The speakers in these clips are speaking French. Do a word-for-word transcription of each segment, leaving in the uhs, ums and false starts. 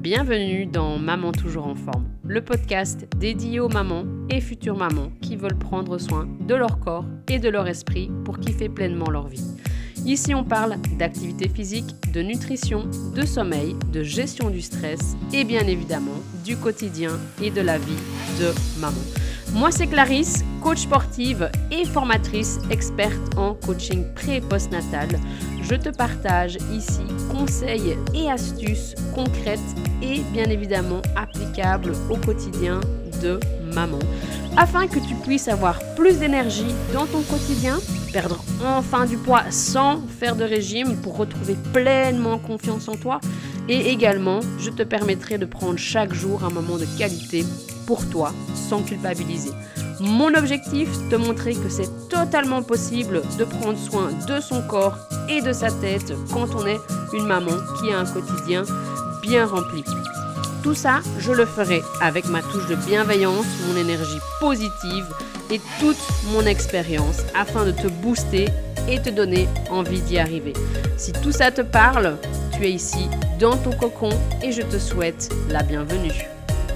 Bienvenue dans Maman toujours en forme, le podcast dédié aux mamans et futures mamans qui veulent prendre soin de leur corps et de leur esprit pour kiffer pleinement leur vie. Ici, on parle d'activité physique, de nutrition, de sommeil, de gestion du stress et bien évidemment du quotidien et de la vie de maman. Moi, c'est Clarisse, coach sportive et formatrice experte en coaching pré- et postnatal. Je te partage ici conseils et astuces concrètes et bien évidemment applicables au quotidien de maman, afin que tu puisses avoir plus d'énergie dans ton quotidien, perdre enfin du poids sans faire de régime pour retrouver pleinement confiance en toi, et également je te permettrai de prendre chaque jour un moment de qualité pour toi sans culpabiliser. Mon objectif, te montrer que c'est totalement possible de prendre soin de son corps et de sa tête quand on est une maman qui a un quotidien bien rempli. Tout ça, je le ferai avec ma touche de bienveillance, mon énergie positive et toute mon expérience afin de te booster et te donner envie d'y arriver. Si tout ça te parle, tu es ici dans ton cocon et je te souhaite la bienvenue.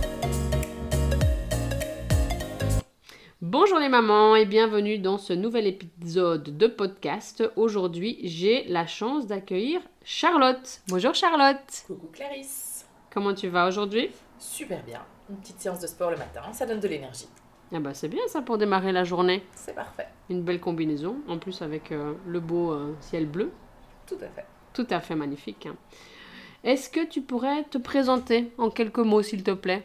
Bonjour les mamans et bienvenue dans ce nouvel épisode de podcast. Aujourd'hui, j'ai la chance d'accueillir Charlotte. Bonjour Charlotte. Coucou Clarisse. Comment tu vas aujourd'hui? Super bien. Une petite séance de sport le matin, ça donne de l'énergie. Ah bah c'est bien ça pour démarrer la journée. C'est parfait. Une belle combinaison, en plus avec euh, le beau euh, ciel bleu. Tout à fait. Tout à fait magnifique. Hein. Est-ce que tu pourrais te présenter en quelques mots s'il te plaît?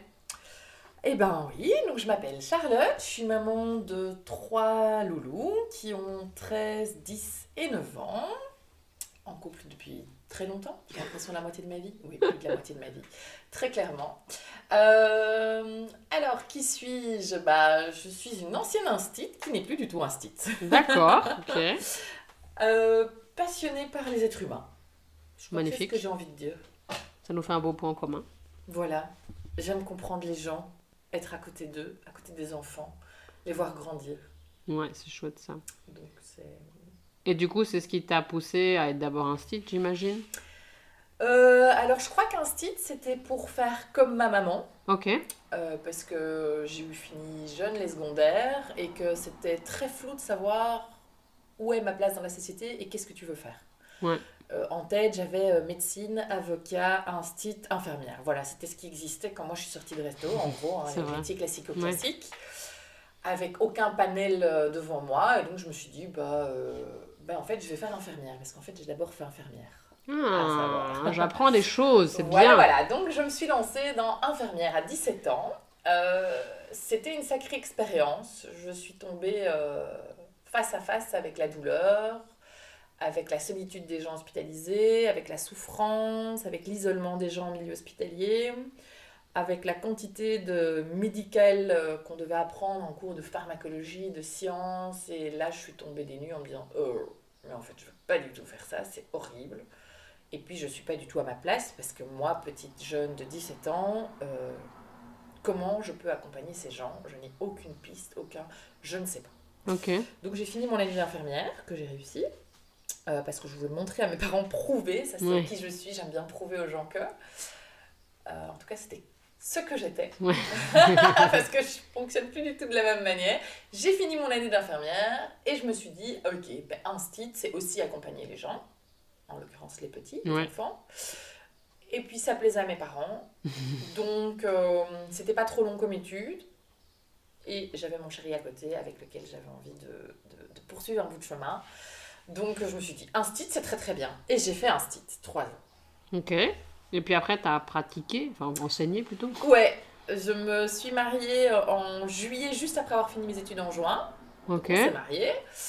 Eh ben oui, donc je m'appelle Charlotte, je suis maman de trois loulous qui ont treize, dix et neuf ans, en couple depuis très longtemps, j'ai l'impression la moitié de ma vie, oui, plus de la moitié de ma vie, très clairement. Euh, alors, qui suis-je? Bah, je suis une ancienne instite qui n'est plus du tout instite. D'accord, ok. Euh, passionnée par les êtres humains. Je crois Magnifique. que c'est ce que j'ai envie de dire. Ça nous fait un beau point en commun. Voilà, j'aime comprendre les gens, être à côté d'eux, à côté des enfants, les voir grandir. Ouais, c'est chouette ça. Donc c'est... Et du coup, c'est ce qui t'a poussé à être d'abord instite, j'imagine? Euh, alors je crois qu'instite, c'était pour faire comme ma maman. Ok. Euh, parce que j'ai eu fini jeune les secondaires et que c'était très flou de savoir où est ma place dans la société et qu'est-ce que tu veux faire. Ouais. Euh, en tête, j'avais euh, médecine, avocat, instit, infirmière. Voilà, c'était ce qui existait quand moi je suis sortie de resto, en gros, hein, les métiers classico-classiques, ouais. Avec aucun panel euh, devant moi. Et donc je me suis dit, bah, euh, bah en fait, je vais faire infirmière, parce qu'en fait, j'ai d'abord fait infirmière. Ah, j'apprends des choses, c'est voilà, bien. Voilà, donc je me suis lancée dans infirmière à dix-sept ans. Euh, c'était une sacrée expérience. Je suis tombée euh, face à face avec la douleur, avec la solitude des gens hospitalisés, avec la souffrance, avec l'isolement des gens en milieu hospitalier, avec la quantité de médical qu'on devait apprendre en cours de pharmacologie, de sciences. Et là, je suis tombée des nues en me disant « Oh, mais en fait, je ne veux pas du tout faire ça, c'est horrible. » Et puis, je ne suis pas du tout à ma place parce que moi, petite jeune de dix-sept ans, euh, comment je peux accompagner ces gens? Je n'ai aucune piste, aucun... Je ne sais pas. Okay. Donc, j'ai fini mon année d'infirmière, que j'ai réussi. Euh, parce que je voulais montrer à mes parents, prouver, ça c'est oui. Qui je suis, j'aime bien prouver aux gens que. Euh, en tout cas, c'était ce que j'étais. Ouais. Parce que je ne fonctionne plus du tout de la même manière. J'ai fini mon année d'infirmière et je me suis dit, ok, ben, instit, c'est aussi accompagner les gens, en l'occurrence les petits, les ouais. enfants. Et puis ça plaisait à mes parents. Donc, euh, c'était pas trop long comme étude. Et j'avais mon chéri à côté avec lequel j'avais envie de, de, de poursuivre un bout de chemin. Donc, je me suis dit, instit, c'est très très bien. Et j'ai fait instit, trois ans. Ok. Et puis après, tu as pratiqué, enfin enseigné plutôt? Ouais. Je me suis mariée en juillet, juste après avoir fini mes études en juin. Ok. On s'est mariés.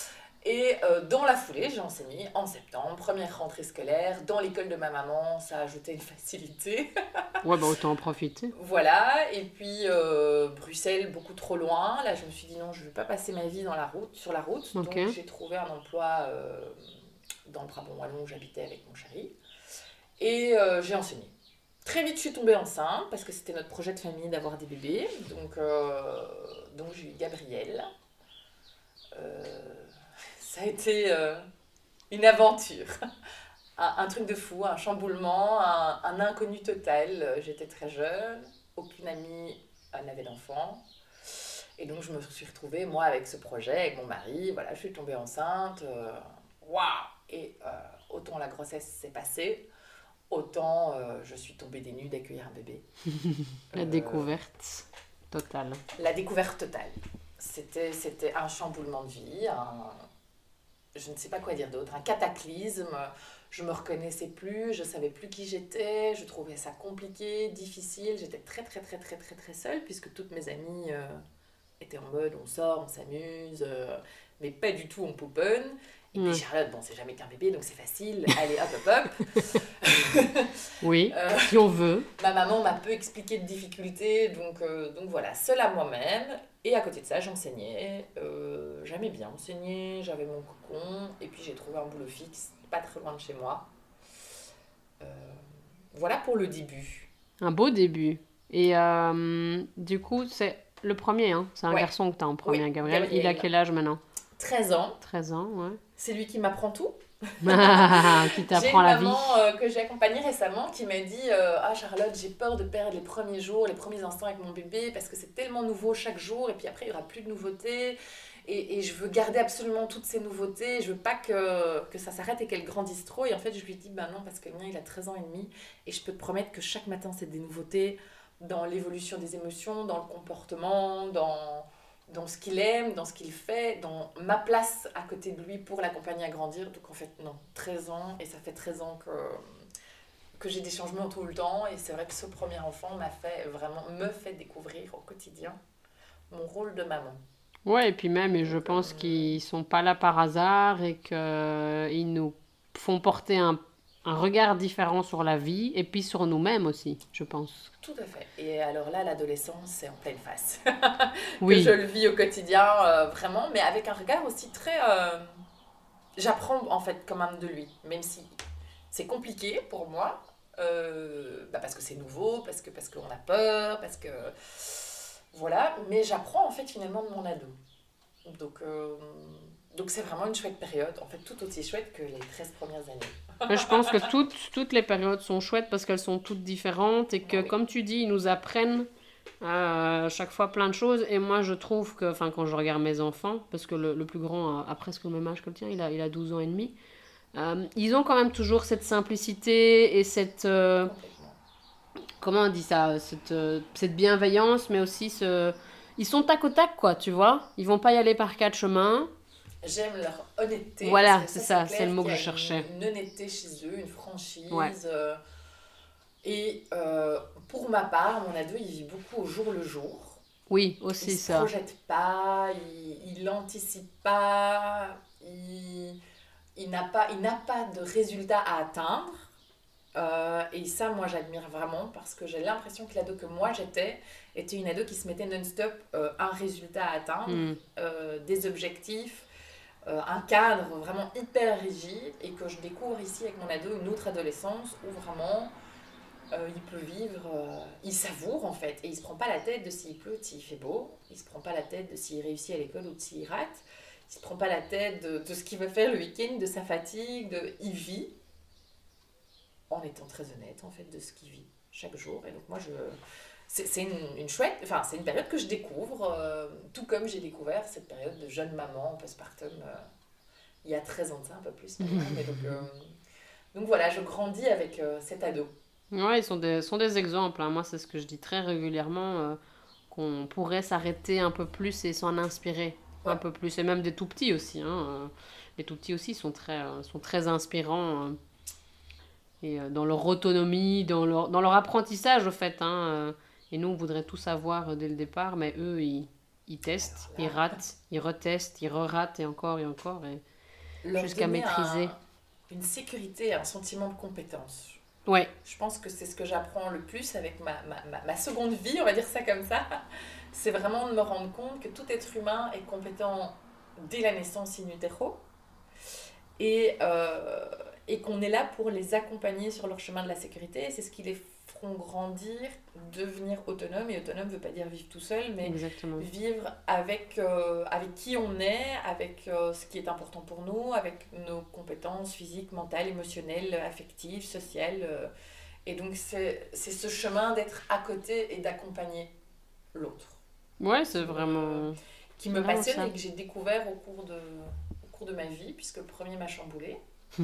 Et euh, dans la foulée, j'ai enseigné en septembre, première rentrée scolaire. Dans l'école de ma maman, ça a ajouté une facilité. Ouais, bah autant en profiter. Voilà. Et puis, euh, Bruxelles, beaucoup trop loin. Là, je me suis dit, non, je ne veux pas passer ma vie dans la route, sur la route. Okay. Donc, j'ai trouvé un emploi euh, dans le Brabant wallon où j'habitais avec mon chéri. Et euh, j'ai enseigné. Très vite, je suis tombée enceinte parce que c'était notre projet de famille d'avoir des bébés. Donc, euh, donc j'ai eu Gabriel. Euh, ça a été euh, une aventure. un, un truc de fou, un chamboulement, un, un inconnu total. J'étais très jeune, aucune amie euh, n'avait d'enfant. Et donc, je me suis retrouvée, moi, avec ce projet, avec mon mari. Voilà, je suis tombée enceinte. Waouh euh, Et euh, autant la grossesse s'est passée, autant euh, je suis tombée des nues d'accueillir un bébé. La euh, découverte totale. La découverte totale. C'était, c'était un chamboulement de vie, un, je ne sais pas quoi dire d'autre, un cataclysme. Je ne me reconnaissais plus, je ne savais plus qui j'étais, je trouvais ça compliqué, difficile. J'étais très, très, très, très, très, très seule, puisque toutes mes amies euh, étaient en mode on sort, on s'amuse, euh, mais pas du tout on pouponne. Et puis Charlotte, bon, c'est jamais qu'un bébé, donc c'est facile. Allez, hop, hop, hop. Oui, euh, si on veut. Ma maman m'a peu expliqué de difficultés, donc, euh, donc voilà, seule à moi-même. Et à côté de ça, j'enseignais. Euh, j'aimais bien enseigner, j'avais mon cocon. Et puis j'ai trouvé un boulot fixe, pas très loin de chez moi. Euh, voilà pour le début. Un beau début. Et euh, du coup, c'est le premier, hein. C'est un ouais. garçon que tu as en premier, oui, Gabriel. Gabriel. Il a quel âge maintenant ? treize ans. treize ans, ouais. C'est lui qui m'apprend tout. Qui t'apprend la vie. J'ai une maman euh, que j'ai accompagnée récemment qui m'a dit euh, « Ah Charlotte, j'ai peur de perdre les premiers jours, les premiers instants avec mon bébé parce que c'est tellement nouveau chaque jour et puis après il n'y aura plus de nouveautés et, et je veux garder absolument toutes ces nouveautés, je veux pas que, que ça s'arrête et qu'elle grandisse trop. » Et en fait je lui dis « Bah non, parce que le mien il a treize ans et demi et je peux te promettre que chaque matin c'est des nouveautés dans l'évolution des émotions, dans le comportement, dans... dans ce qu'il aime, dans ce qu'il fait, dans ma place à côté de lui pour l'accompagner à grandir. » Donc en fait, non, treize ans, et ça fait treize ans que, que j'ai des changements tout le temps, et c'est vrai que ce premier enfant m'a fait vraiment, me fait découvrir au quotidien mon rôle de maman. Ouais, et puis même, je pense euh... qu'ils sont pas là par hasard, et qu'ils nous font porter un un regard différent sur la vie et puis sur nous-mêmes aussi, je pense. Tout à fait. Et alors là, l'adolescence, c'est en pleine face. Oui. Que je le vis au quotidien, euh, vraiment, mais avec un regard aussi très... Euh... J'apprends en fait quand même de lui, même si c'est compliqué pour moi, euh, bah parce que c'est nouveau, parce que parce qu'on a peur, parce que... Voilà, mais j'apprends en fait finalement de mon ado. Donc... Euh... Donc c'est vraiment une chouette période, en fait tout aussi chouette que les treize premières années. Je pense que toutes, toutes les périodes sont chouettes parce qu'elles sont toutes différentes et que, oui. Comme tu dis, ils nous apprennent à chaque fois plein de choses. Et moi je trouve que, enfin quand je regarde mes enfants, parce que le, le plus grand a, a presque le même âge que le tien, il a, il a douze ans et demi, euh, ils ont quand même toujours cette simplicité et cette... Euh, comment on dit ça, cette, euh, cette bienveillance, mais aussi ce... Ils sont tac au tac quoi, tu vois. Ils vont pas y aller par quatre chemins. J'aime leur honnêteté. Voilà, c'est ça, c'est, c'est le mot que je cherchais. Une, une honnêteté chez eux, une franchise. Ouais. Euh, et euh, pour ma part, mon ado, il vit beaucoup au jour le jour. Oui, aussi il ça. Il ne se projette pas, il n'anticipe pas, il, il, n'a pas, il n'a pas de résultat à atteindre. Euh, et ça, moi, j'admire vraiment parce que j'ai l'impression que l'ado que moi j'étais était une ado qui se mettait non-stop euh, un résultat à atteindre, mm. euh, des objectifs. Euh, un cadre vraiment hyper rigide et que je découvre ici avec mon ado une autre adolescence où vraiment euh, il peut vivre, euh, il savoure en fait et il se prend pas la tête de s'il pleut ou s'il fait beau, il se prend pas la tête de s'il réussit à l'école ou de s'il rate, il se prend pas la tête de, de ce qu'il veut faire le week-end, de sa fatigue, de... il vit en étant très honnête en fait de ce qu'il vit chaque jour. Et donc moi je... C'est, c'est une, une chouette, enfin c'est une période que je découvre, euh, tout comme j'ai découvert cette période de jeune maman postpartum euh, il y a treize ans de ça, un peu plus. Mais donc, euh, donc voilà, je grandis avec euh, cet ado. Ouais, ils sont des, sont des exemples. Hein. Moi, c'est ce que je dis très régulièrement, euh, qu'on pourrait s'arrêter un peu plus et s'en inspirer ouais. un peu plus. Et même des tout petits aussi. Hein. Les tout petits aussi sont très, euh, sont très inspirants. Euh, et euh, dans leur autonomie, dans leur, dans leur apprentissage, au fait. Hein, euh, et nous, on voudrait tout savoir dès le départ, mais eux, ils, ils testent, ils ratent, ils retestent, ils re-ratent et encore et encore, et leur jusqu'à maîtriser. Un, une sécurité, un sentiment de compétence. Ouais. Je pense que c'est ce que j'apprends le plus avec ma, ma, ma, ma seconde vie, on va dire ça comme ça. C'est vraiment de me rendre compte que tout être humain est compétent dès la naissance in utero et, euh, et qu'on est là pour les accompagner sur leur chemin de la sécurité. C'est ce qui les font grandir, devenir autonome. Et autonome ne veut pas dire vivre tout seul, mais Exactement. vivre avec, euh, avec qui on est, avec euh, ce qui est important pour nous, avec nos compétences physiques, mentales, émotionnelles, affectives, sociales. euh. Et donc, c'est, c'est ce chemin d'être à côté et d'accompagner l'autre. Ouais, c'est Qui me- vraiment... Qui me Vraiment passionne ça. et que j'ai découvert au cours de, au cours de ma vie, puisque le premier m'a chamboulé.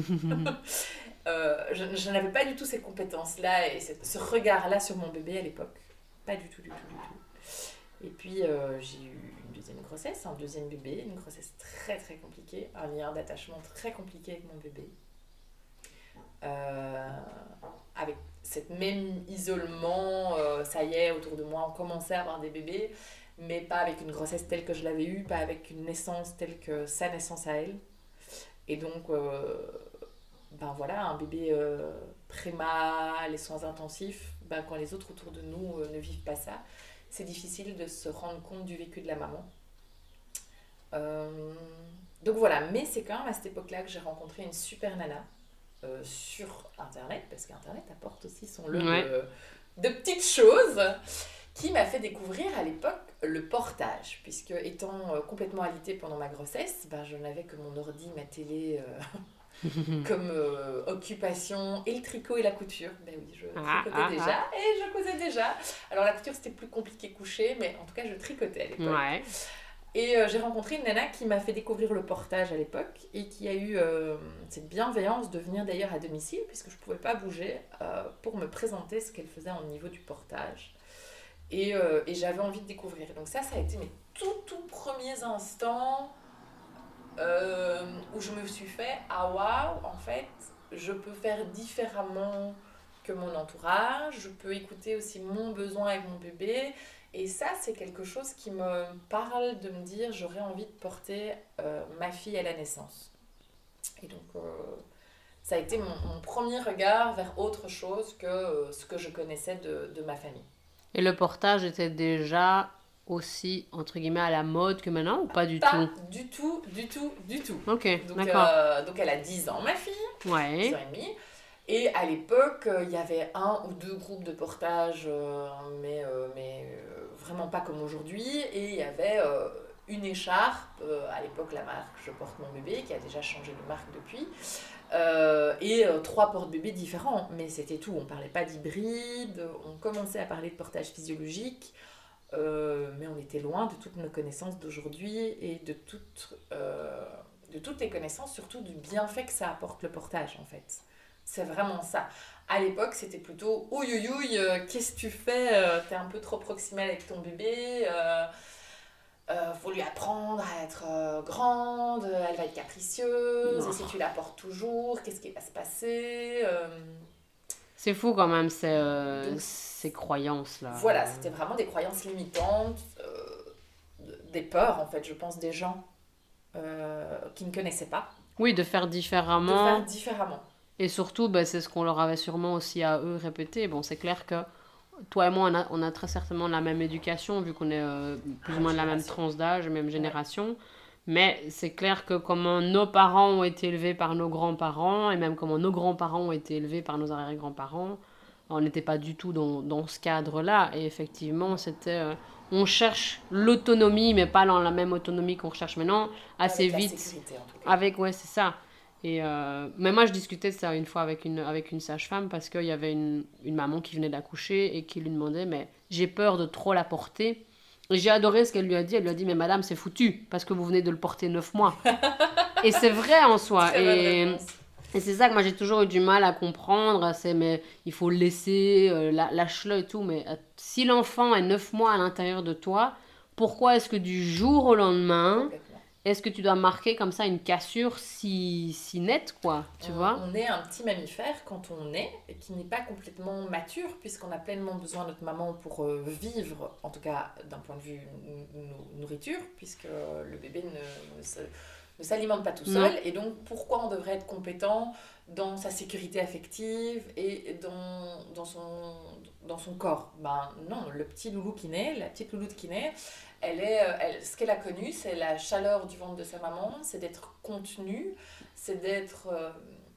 Euh, je, je n'avais pas du tout ces compétences-là et cette- ce regard-là sur mon bébé à l'époque. Pas du tout, du tout, du tout. Et puis euh, j'ai eu une deuxième grossesse, un deuxième bébé, une grossesse très très compliquée, un lien d'attachement très compliqué avec mon bébé. Euh, avec cette même isolement, euh, ça y est, autour de moi, on commençait à avoir des bébés, mais pas avec une grossesse telle que je l'avais eue, pas avec une naissance telle que sa naissance à elle. Et donc, euh, ben voilà, un bébé euh, préma, les soins intensifs, ben quand les autres autour de nous euh, ne vivent pas ça, c'est difficile de se rendre compte du vécu de la maman. Euh, donc voilà, mais c'est quand même à cette époque-là que j'ai rencontré une super nana euh, sur Internet, parce qu'Internet apporte aussi son lot Ouais. de, de petites choses, qui m'a fait découvrir à l'époque le portage, puisque étant euh, complètement alitée pendant ma grossesse, ben, je n'avais que mon ordi, ma télé euh, comme euh, occupation, et le tricot et la couture. Ben oui, je Ah, tricotais ah, déjà et je cousais déjà. Alors la couture c'était plus compliqué coucher, mais en tout cas je tricotais à l'époque. Ouais. Et euh, j'ai rencontré une nana qui m'a fait découvrir le portage à l'époque et qui a eu euh, cette bienveillance de venir d'ailleurs à domicile, puisque je ne pouvais pas bouger, euh, pour me présenter ce qu'elle faisait au niveau du portage. Et, euh, et j'avais envie de découvrir. Donc ça, ça a été mes tout, tout premiers instants euh, où je me suis fait « Ah waouh, en fait, je peux faire différemment que mon entourage, je peux écouter aussi mon besoin avec mon bébé. » Et ça, c'est quelque chose qui me parle de me dire « J'aurais envie de porter euh, ma fille à la naissance. » Et donc, euh, ça a été mon, mon premier regard vers autre chose que euh, ce que je connaissais de, de ma famille. Et le portage était déjà aussi, entre guillemets, à la mode que maintenant ou pas du Pas tout? du tout, du tout, du tout. Ok, Donc, d'accord. euh, donc elle a dix ans, ma fille, dix Ouais. ans et demi. Et à l'époque, euh, il y avait un ou deux groupes de portage, euh, mais, euh, mais euh, vraiment pas comme aujourd'hui. Et il y avait euh, une écharpe, euh, à l'époque la marque Je porte mon bébé, qui a déjà changé de marque depuis, euh, et euh, trois porte-bébés différents. Mais c'était tout, on parlait pas d'hybride, on commençait à parler de portage physiologique. Euh, mais on était loin de toutes nos connaissances d'aujourd'hui et de toutes, euh, de toutes les connaissances, surtout du bienfait que ça apporte le portage en fait. C'est vraiment ça. À l'époque, c'était plutôt ouïe ouïe ouïe, euh, qu'est-ce que tu fais euh, T'es un peu trop proximal avec ton bébé. Euh, euh, faut lui apprendre à être euh, grande, elle va être capricieuse. Non. Et si tu la portes toujours, qu'est-ce qui va se passer euh, C'est fou quand même, ces, euh, Donc, ces croyances-là. Voilà, c'était vraiment des croyances limitantes, euh, des peurs en fait, je pense, des gens euh, qui ne connaissaient pas, Oui, de faire de différemment. faire différemment. Et surtout, ben, c'est ce qu'on leur avait sûrement aussi à eux répété. Bon, c'est clair que toi et moi, on a, on a très certainement la même éducation, vu qu'on est euh, plus ou moins de la même Génération. tranche d'âge, même génération. Mais c'est clair que comment nos parents ont été élevés par nos grands-parents, et même comment nos grands-parents ont été élevés par nos arrière-grands-parents, on n'était pas du tout dans, dans ce cadre-là. Et effectivement, c'était... euh, on cherche l'autonomie, mais pas dans la même autonomie qu'on recherche maintenant, assez Avec la vite. sécurité en tout cas. Avec, ouais, c'est ça. Et euh, mais moi, je discutais de ça une fois avec une, avec une sage-femme parce qu'il y avait une, une maman qui venait d'accoucher et qui lui demandait, mais j'ai peur de trop la porter. Et j'ai adoré ce qu'elle lui a dit. Elle lui a dit, mais madame, c'est foutu parce que vous venez de le porter neuf mois. Et c'est vrai en soi. Très bonne Et, réponse. et c'est ça que moi, j'ai toujours eu du mal à comprendre. C'est, mais il faut le laisser, euh, la- lâche-le et tout. Mais euh, si l'enfant est neuf mois à l'intérieur de toi, pourquoi est-ce que du jour au lendemain, Complètement. est-ce que tu dois marquer comme ça une cassure si, si nette, quoi, tu on, vois? on est un petit mammifère quand on est, et qui n'est pas complètement mature, puisqu'on a pleinement besoin de notre maman pour euh, vivre, en tout cas d'un point de vue nou- nou- nourriture, puisque le bébé ne, ne, se- ne s'alimente pas tout Non. seul. Et donc, pourquoi on devrait être compétent dans sa sécurité affective et dans, dans, son, dans son corps? Ben non, le petit loulou qui naît, la petite louloute qui naît, elle est, euh, elle, ce qu'elle a connu, c'est la chaleur du ventre de sa maman, c'est d'être contenue, c'est d'être euh,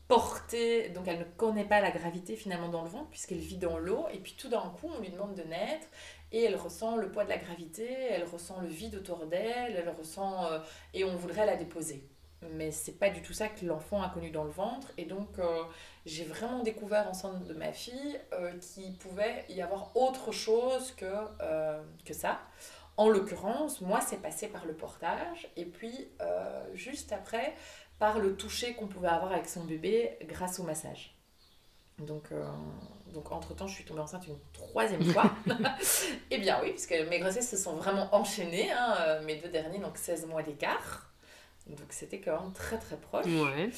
portée, donc elle ne connaît pas la gravité finalement dans le ventre puisqu'elle vit dans l'eau, et puis tout d'un coup on lui demande de naître et elle ressent le poids de la gravité, elle ressent le vide autour d'elle, elle ressent euh, et on voudrait la déposer. Mais c'est pas du tout ça que l'enfant a connu dans le ventre, et donc euh, j'ai vraiment découvert enceinte de ma fille euh, qu'il pouvait y avoir autre chose que, euh, que ça. En l'occurrence, moi c'est passé par le portage, et puis euh, juste après par le toucher qu'on pouvait avoir avec son bébé grâce au massage. Donc, euh, donc entre-temps, je suis tombée enceinte une troisième fois. Eh bien oui, puisque mes grossesses se sont vraiment enchaînées, hein, euh, mes deux derniers, donc seize mois d'écart. Donc c'était quand même très très proche. Ouais.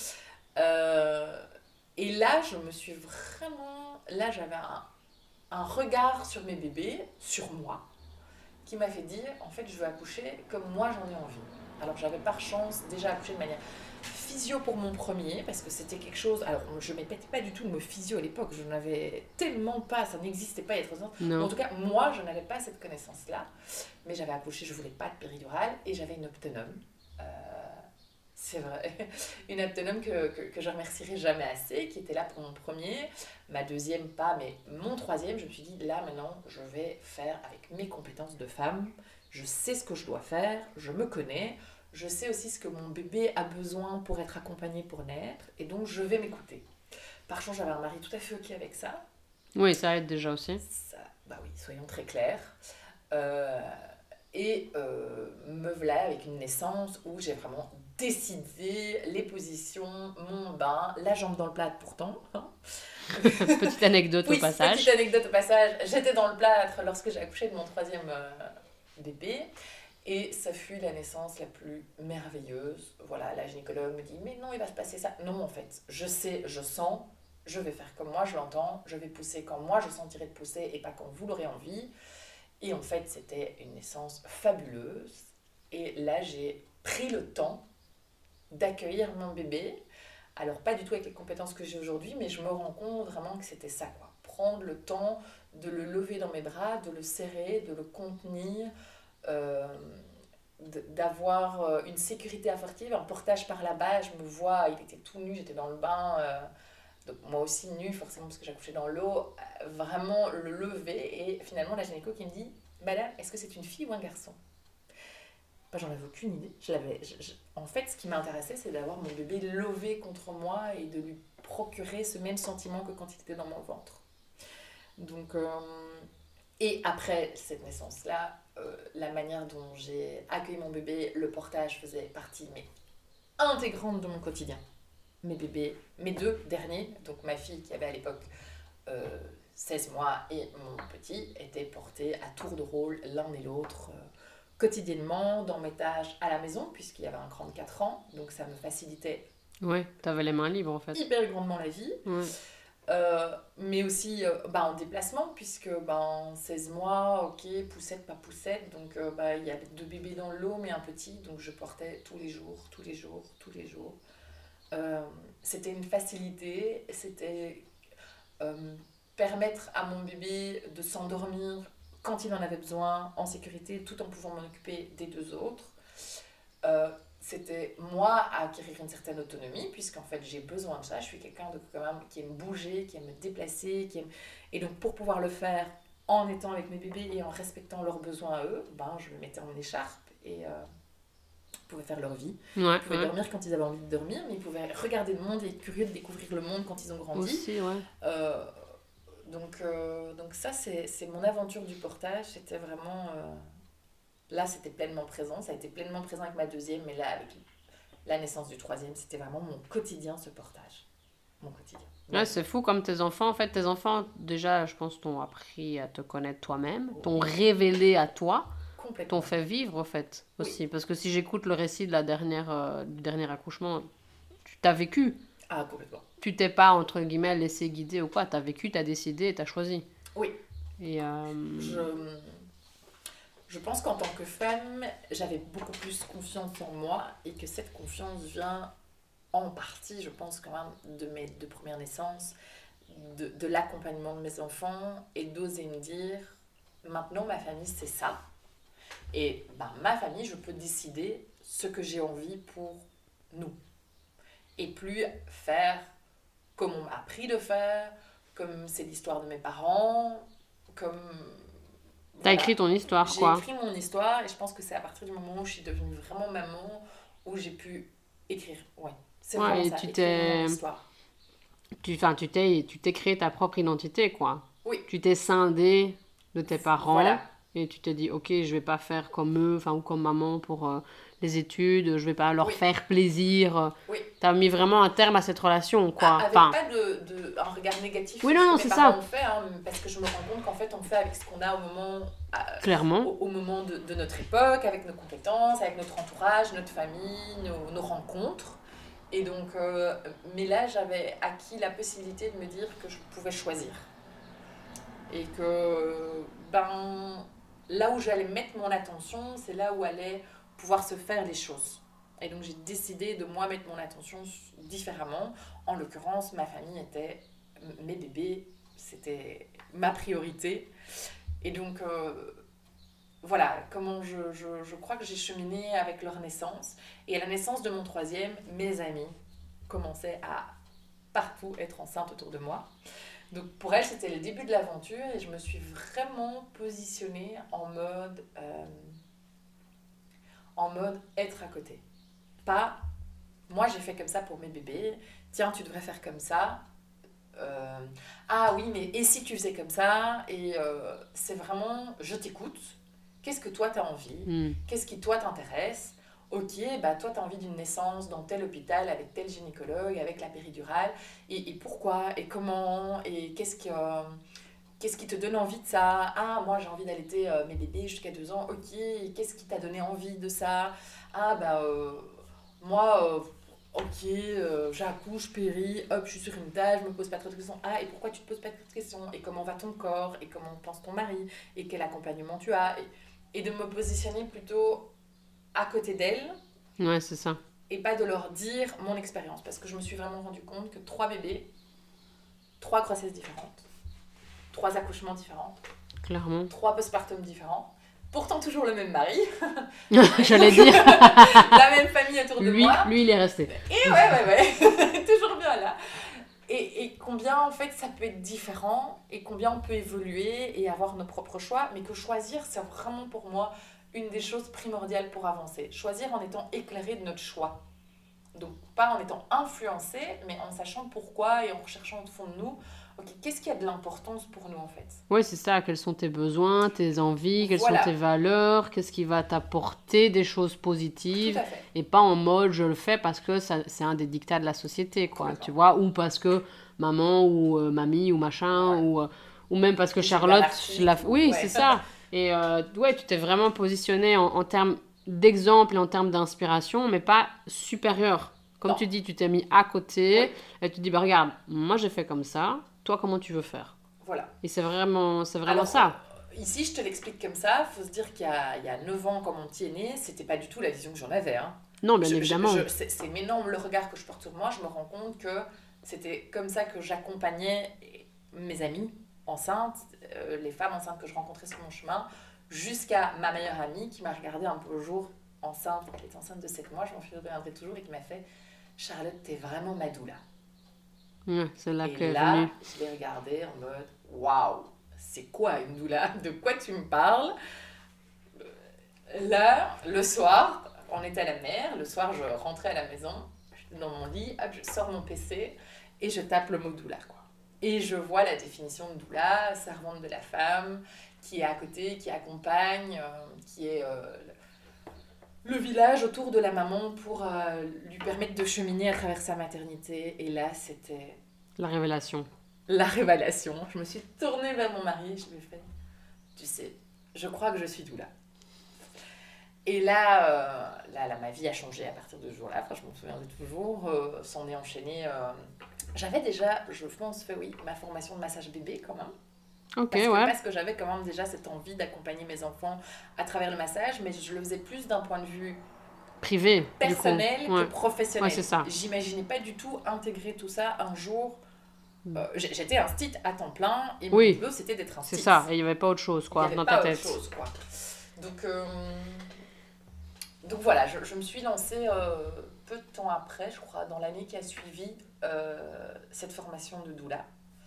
Euh, et là, je me suis vraiment... Là, j'avais un, un regard sur mes bébés, sur moi, qui m'a fait dire, en fait, je veux accoucher comme moi j'en ai envie. Alors j'avais par chance déjà accouché de manière physio pour mon premier, parce que c'était quelque chose... Alors je ne m'étais pas du tout le mot physio à l'époque, je n'avais tellement pas, ça n'existait pas, être enceinte. Non. En tout cas, moi, je n'avais pas cette connaissance-là, mais j'avais accouché, je ne voulais pas de péridurale, et j'avais une optonome. Euh, c'est vrai, une optonome que, que, que je remercierai jamais assez, qui était là pour mon premier, ma deuxième pas, mais mon troisième, je me suis dit, là maintenant, je vais faire avec mes compétences de femme, je sais ce que je dois faire, je me connais, je sais aussi ce que mon bébé a besoin pour être accompagné pour naître, et donc je vais m'écouter. Par contre, j'avais un mari tout à fait ok avec ça. Oui, ça aide déjà aussi. Ça, bah oui, soyons très clairs. Euh, et euh, me voilà avec une naissance où j'ai vraiment décidé les positions, mon bain, la jambe dans le plâtre pourtant. Petite anecdote oui, au passage. Petite anecdote au passage. J'étais dans le plâtre lorsque j'ai accouché de mon troisième euh, bébé. Et ça fut la naissance la plus merveilleuse. Voilà, la gynécologue me dit, mais non, il va se passer ça. Non, en fait, je sais, je sens, je vais faire comme moi je l'entends, je vais pousser quand moi je sentirai de pousser et pas quand vous l'aurez envie. Et en fait, c'était une naissance fabuleuse. Et là, j'ai pris le temps d'accueillir mon bébé. Alors, pas du tout avec les compétences que j'ai aujourd'hui, mais je me rends compte vraiment que c'était ça, quoi. Prendre le temps de le lever dans mes bras, de le serrer, de le contenir, euh, d'avoir une sécurité affective, un portage par là-bas. Je me vois, il était tout nu, j'étais dans le bain... Euh, donc moi aussi nue forcément parce que j'accouchais dans l'eau, vraiment le lever, et finalement la gynéco qui me dit, madame, est-ce que c'est une fille ou un garçon? Bah, j'en avais aucune idée. Je l'avais, je, je, en fait, ce qui m'intéressait, c'est d'avoir mon bébé levé contre moi et de lui procurer ce même sentiment que quand il était dans mon ventre. Donc, euh, et après cette naissance-là, euh, la manière dont j'ai accueilli mon bébé, le portage faisait partie mais intégrante de mon quotidien. Mes bébés, mes deux derniers, donc ma fille qui avait à l'époque euh, seize mois et mon petit, étaient portés à tour de rôle l'un et l'autre euh, quotidiennement dans mes tâches à la maison, puisqu'il y avait un grand de quatre ans, donc ça me facilitait ouais, t'avais les mains libres en fait. Hyper grandement la vie. Ouais. Euh, mais aussi euh, bah, en déplacement, puisque bah, seize mois, ok, poussette, pas poussette, donc euh, bah, il y avait deux bébés dans l'eau, mais un petit, donc je portais tous les jours, tous les jours, tous les jours. Euh, c'était une facilité, c'était euh, permettre à mon bébé de s'endormir quand il en avait besoin, en sécurité, tout en pouvant m'en occuper des deux autres. Euh, c'était moi à acquérir une certaine autonomie, puisqu'en fait j'ai besoin de ça, je suis quelqu'un de, quand même, qui aime bouger, qui aime me déplacer, qui aime... et donc pour pouvoir le faire en étant avec mes bébés et en respectant leurs besoins à eux, ben, je me mettais en écharpe et... Euh, pouvaient faire leur vie. Ouais, ils pouvaient ouais. dormir quand ils avaient envie de dormir, mais ils pouvaient regarder le monde et être curieux de découvrir le monde quand ils ont grandi. Aussi, ouais. Euh, donc, euh, donc ça, c'est, c'est mon aventure du portage. C'était vraiment... Euh, là, c'était pleinement présent. Ça a été pleinement présent avec ma deuxième, mais là, avec la naissance du troisième, c'était vraiment mon quotidien, ce portage. Mon quotidien. Ouais, c'est fou comme tes enfants. En fait, tes enfants, déjà, je pense, t'ont appris à te connaître toi-même, t'ont révélé à toi, t'ont fait vivre, en fait, aussi. Oui. Parce que si j'écoute le récit de la dernière, euh, du dernier accouchement, tu t'as vécu. Ah, complètement. Tu t'es pas, entre guillemets, laissé guider ou quoi. T'as vécu, t'as décidé et t'as choisi. Oui. Et euh... je, je pense qu'en tant que femme, j'avais beaucoup plus confiance en moi et que cette confiance vient en partie, je pense, quand même, de mes deux premières naissances, de, de l'accompagnement de mes enfants et d'oser me dire, maintenant, ma famille, c'est ça. Et ben, ma famille, je peux décider ce que j'ai envie pour nous. Et plus faire comme on m'a appris de faire, comme c'est l'histoire de mes parents, comme... T'as Voilà. écrit ton histoire, J'ai quoi. écrit mon histoire et je pense que c'est à partir du moment où je suis devenue vraiment maman où j'ai pu écrire. Ouais, c'est Ouais, vraiment et ça, tu écrire t'es... mon histoire. Tu, enfin, tu t'es, tu t'es créé ta propre identité, quoi. Oui, Tu t'es scindé de tes parents voilà. et tu t'es dit, ok, je vais pas faire comme eux, enfin, ou comme maman pour euh, les études, je vais pas leur Oui, faire plaisir. oui. T'as mis vraiment un terme à cette relation, Ah, quoi. avec Enfin, pas de, de, un regard négatif oui, sur non, ce non, que c'est mes parents ça, ont fait, hein, parce que je me rends compte qu'en fait on fait avec ce qu'on a au moment, à- clairement. au, au moment de, de notre époque, avec nos compétences, avec notre entourage, notre famille, nos, nos rencontres. Et donc, euh, mais là j'avais acquis la possibilité de me dire que je pouvais choisir. Et que ben, là où j'allais mettre mon attention, c'est là où allaient pouvoir se faire les choses. Et donc j'ai décidé de moi mettre mon attention différemment. En l'occurrence, ma famille était mes bébés, c'était ma priorité. Et donc euh, voilà comment je, je, je crois que j'ai cheminé avec leur naissance. Et à la naissance de mon troisième, mes amis commençaient à partout être enceintes autour de moi. Donc pour elle, c'était le début de l'aventure et je me suis vraiment positionnée en mode, euh, en mode être à côté. Pas, moi j'ai fait comme ça pour mes bébés, tiens, tu devrais faire comme ça. Euh, ah oui, mais et si tu faisais comme ça? Et euh, c'est vraiment, je t'écoute. Qu'est-ce que toi t'as envie? Hmm. Qu'est-ce qui toi t'intéresse? Ok, bah toi t'as envie d'une naissance dans tel hôpital avec tel gynécologue, avec la péridurale. Et, et pourquoi? Et comment? Et qu'est-ce que... euh, Qu'est-ce qui te donne envie de ça? Ah, moi j'ai envie d'allaiter euh, mes bébés jusqu'à deux ans. Ok, qu'est-ce qui t'a donné envie de ça? Ah, bah, euh, moi, euh, ok, euh, j'accouche, péri, hop, je suis sur une table, je me pose pas trop de questions. Ah, et pourquoi tu te poses pas trop de questions? Et comment va ton corps? Et comment pense ton mari? Et quel accompagnement tu as? Et, et de me positionner plutôt à côté d'elles Ouais, c'est ça. et pas de leur dire mon expérience. Parce que je me suis vraiment rendu compte que trois bébés, trois grossesses différentes, trois accouchements différents, Clairement. trois postpartum différents, pourtant toujours le même mari, J'allais dire, la même famille autour de lui, moi, lui, il est resté. et ouais, ouais, ouais, toujours bien là. Et, et combien en fait ça peut être différent, et combien on peut évoluer et avoir nos propres choix, mais que choisir, c'est vraiment pour moi une des choses primordiales pour avancer. Choisir en étant éclairé de notre choix. Donc pas en étant influencé, mais en sachant pourquoi et en recherchant au fond de nous, ok, qu'est-ce qui a de l'importance pour nous en fait? Ouais, c'est ça. Quels sont tes besoins, tes envies, quelles Voilà. sont tes valeurs, qu'est-ce qui va t'apporter des choses Tout positives à fait. et pas en mode je le fais parce que ça, c'est un des dictats de la société, quoi. Complètement. Tu vois, ou parce que maman ou euh, mamie ou machin, Ouais. ou, euh, ou même parce que Ou j'ai eu un Charlotte, article, la... ou- oui, ouais. c'est ça. Et euh, ouais, tu t'es vraiment positionné en, en termes d'exemple et en termes d'inspiration, mais pas supérieur. Comme Non. tu dis, tu t'es mis à côté Oui. et tu te dis, bah regarde, moi j'ai fait comme ça, toi comment tu veux faire? Voilà. Et c'est vraiment, c'est vraiment Alors, ça. euh, Ici, je te l'explique comme ça. Il faut se dire qu'il y a, il y a neuf ans, quand mon petit est né, c'était pas du tout la vision que j'en avais. Hein. Non, bien Je- je- évidemment. je- c'est, c'est maintenant le regard que je porte sur moi. Je me rends compte que c'était comme ça que j'accompagnais mes amies enceintes, euh, les femmes enceintes que je rencontrais sur mon chemin, jusqu'à ma meilleure amie qui m'a regardée un beau jour enceinte, elle était enceinte de sept mois, je m'en souviendrai toujours, et qui m'a fait « Charlotte, t'es vraiment ma doula ». Ouais, c'est là Et qu'est là, venu. je l'ai regardé en mode waouh, c'est quoi une doula? De quoi tu me parles? Là, le soir, on était à la mer. Le soir, je rentrais à la maison, dans mon lit, hop, je sors mon P C et je tape le mot doula, quoi. Et je vois la définition de doula, servante de la femme, qui est à côté, qui accompagne, euh, qui est euh, le village autour de la maman pour euh, lui permettre de cheminer à travers sa maternité. Et là, c'était La révélation. la révélation. Je me suis tournée vers mon mari, je lui ai fait, tu sais, je crois que je suis doula. Et là, euh, là, là, ma vie a changé à partir de ce jour-là. Enfin, je m'en souviendrai toujours. Euh, s'en est enchaîné. Euh... J'avais déjà, je pense, fait oui, ma formation de massage bébé quand même. Ok, Parce que, ouais. parce que j'avais quand même déjà cette envie d'accompagner mes enfants à travers le massage, mais je le faisais plus d'un point de vue Privé, personnel du coup. que Ouais. professionnel. Ouais, c'est ça. J'imaginais pas du tout intégrer tout ça un jour. Euh, j'ai- j'étais un stit à temps plein et Oui. mon boulot c'était d'être un C'est stit. ça, et il n'y avait pas autre chose, Il quoi, y avait dans pas ta autre tête. chose, quoi. Donc, euh, donc voilà, je, je me suis lancée euh, peu de temps après, je crois, dans l'année qui a suivi euh, cette formation de doula.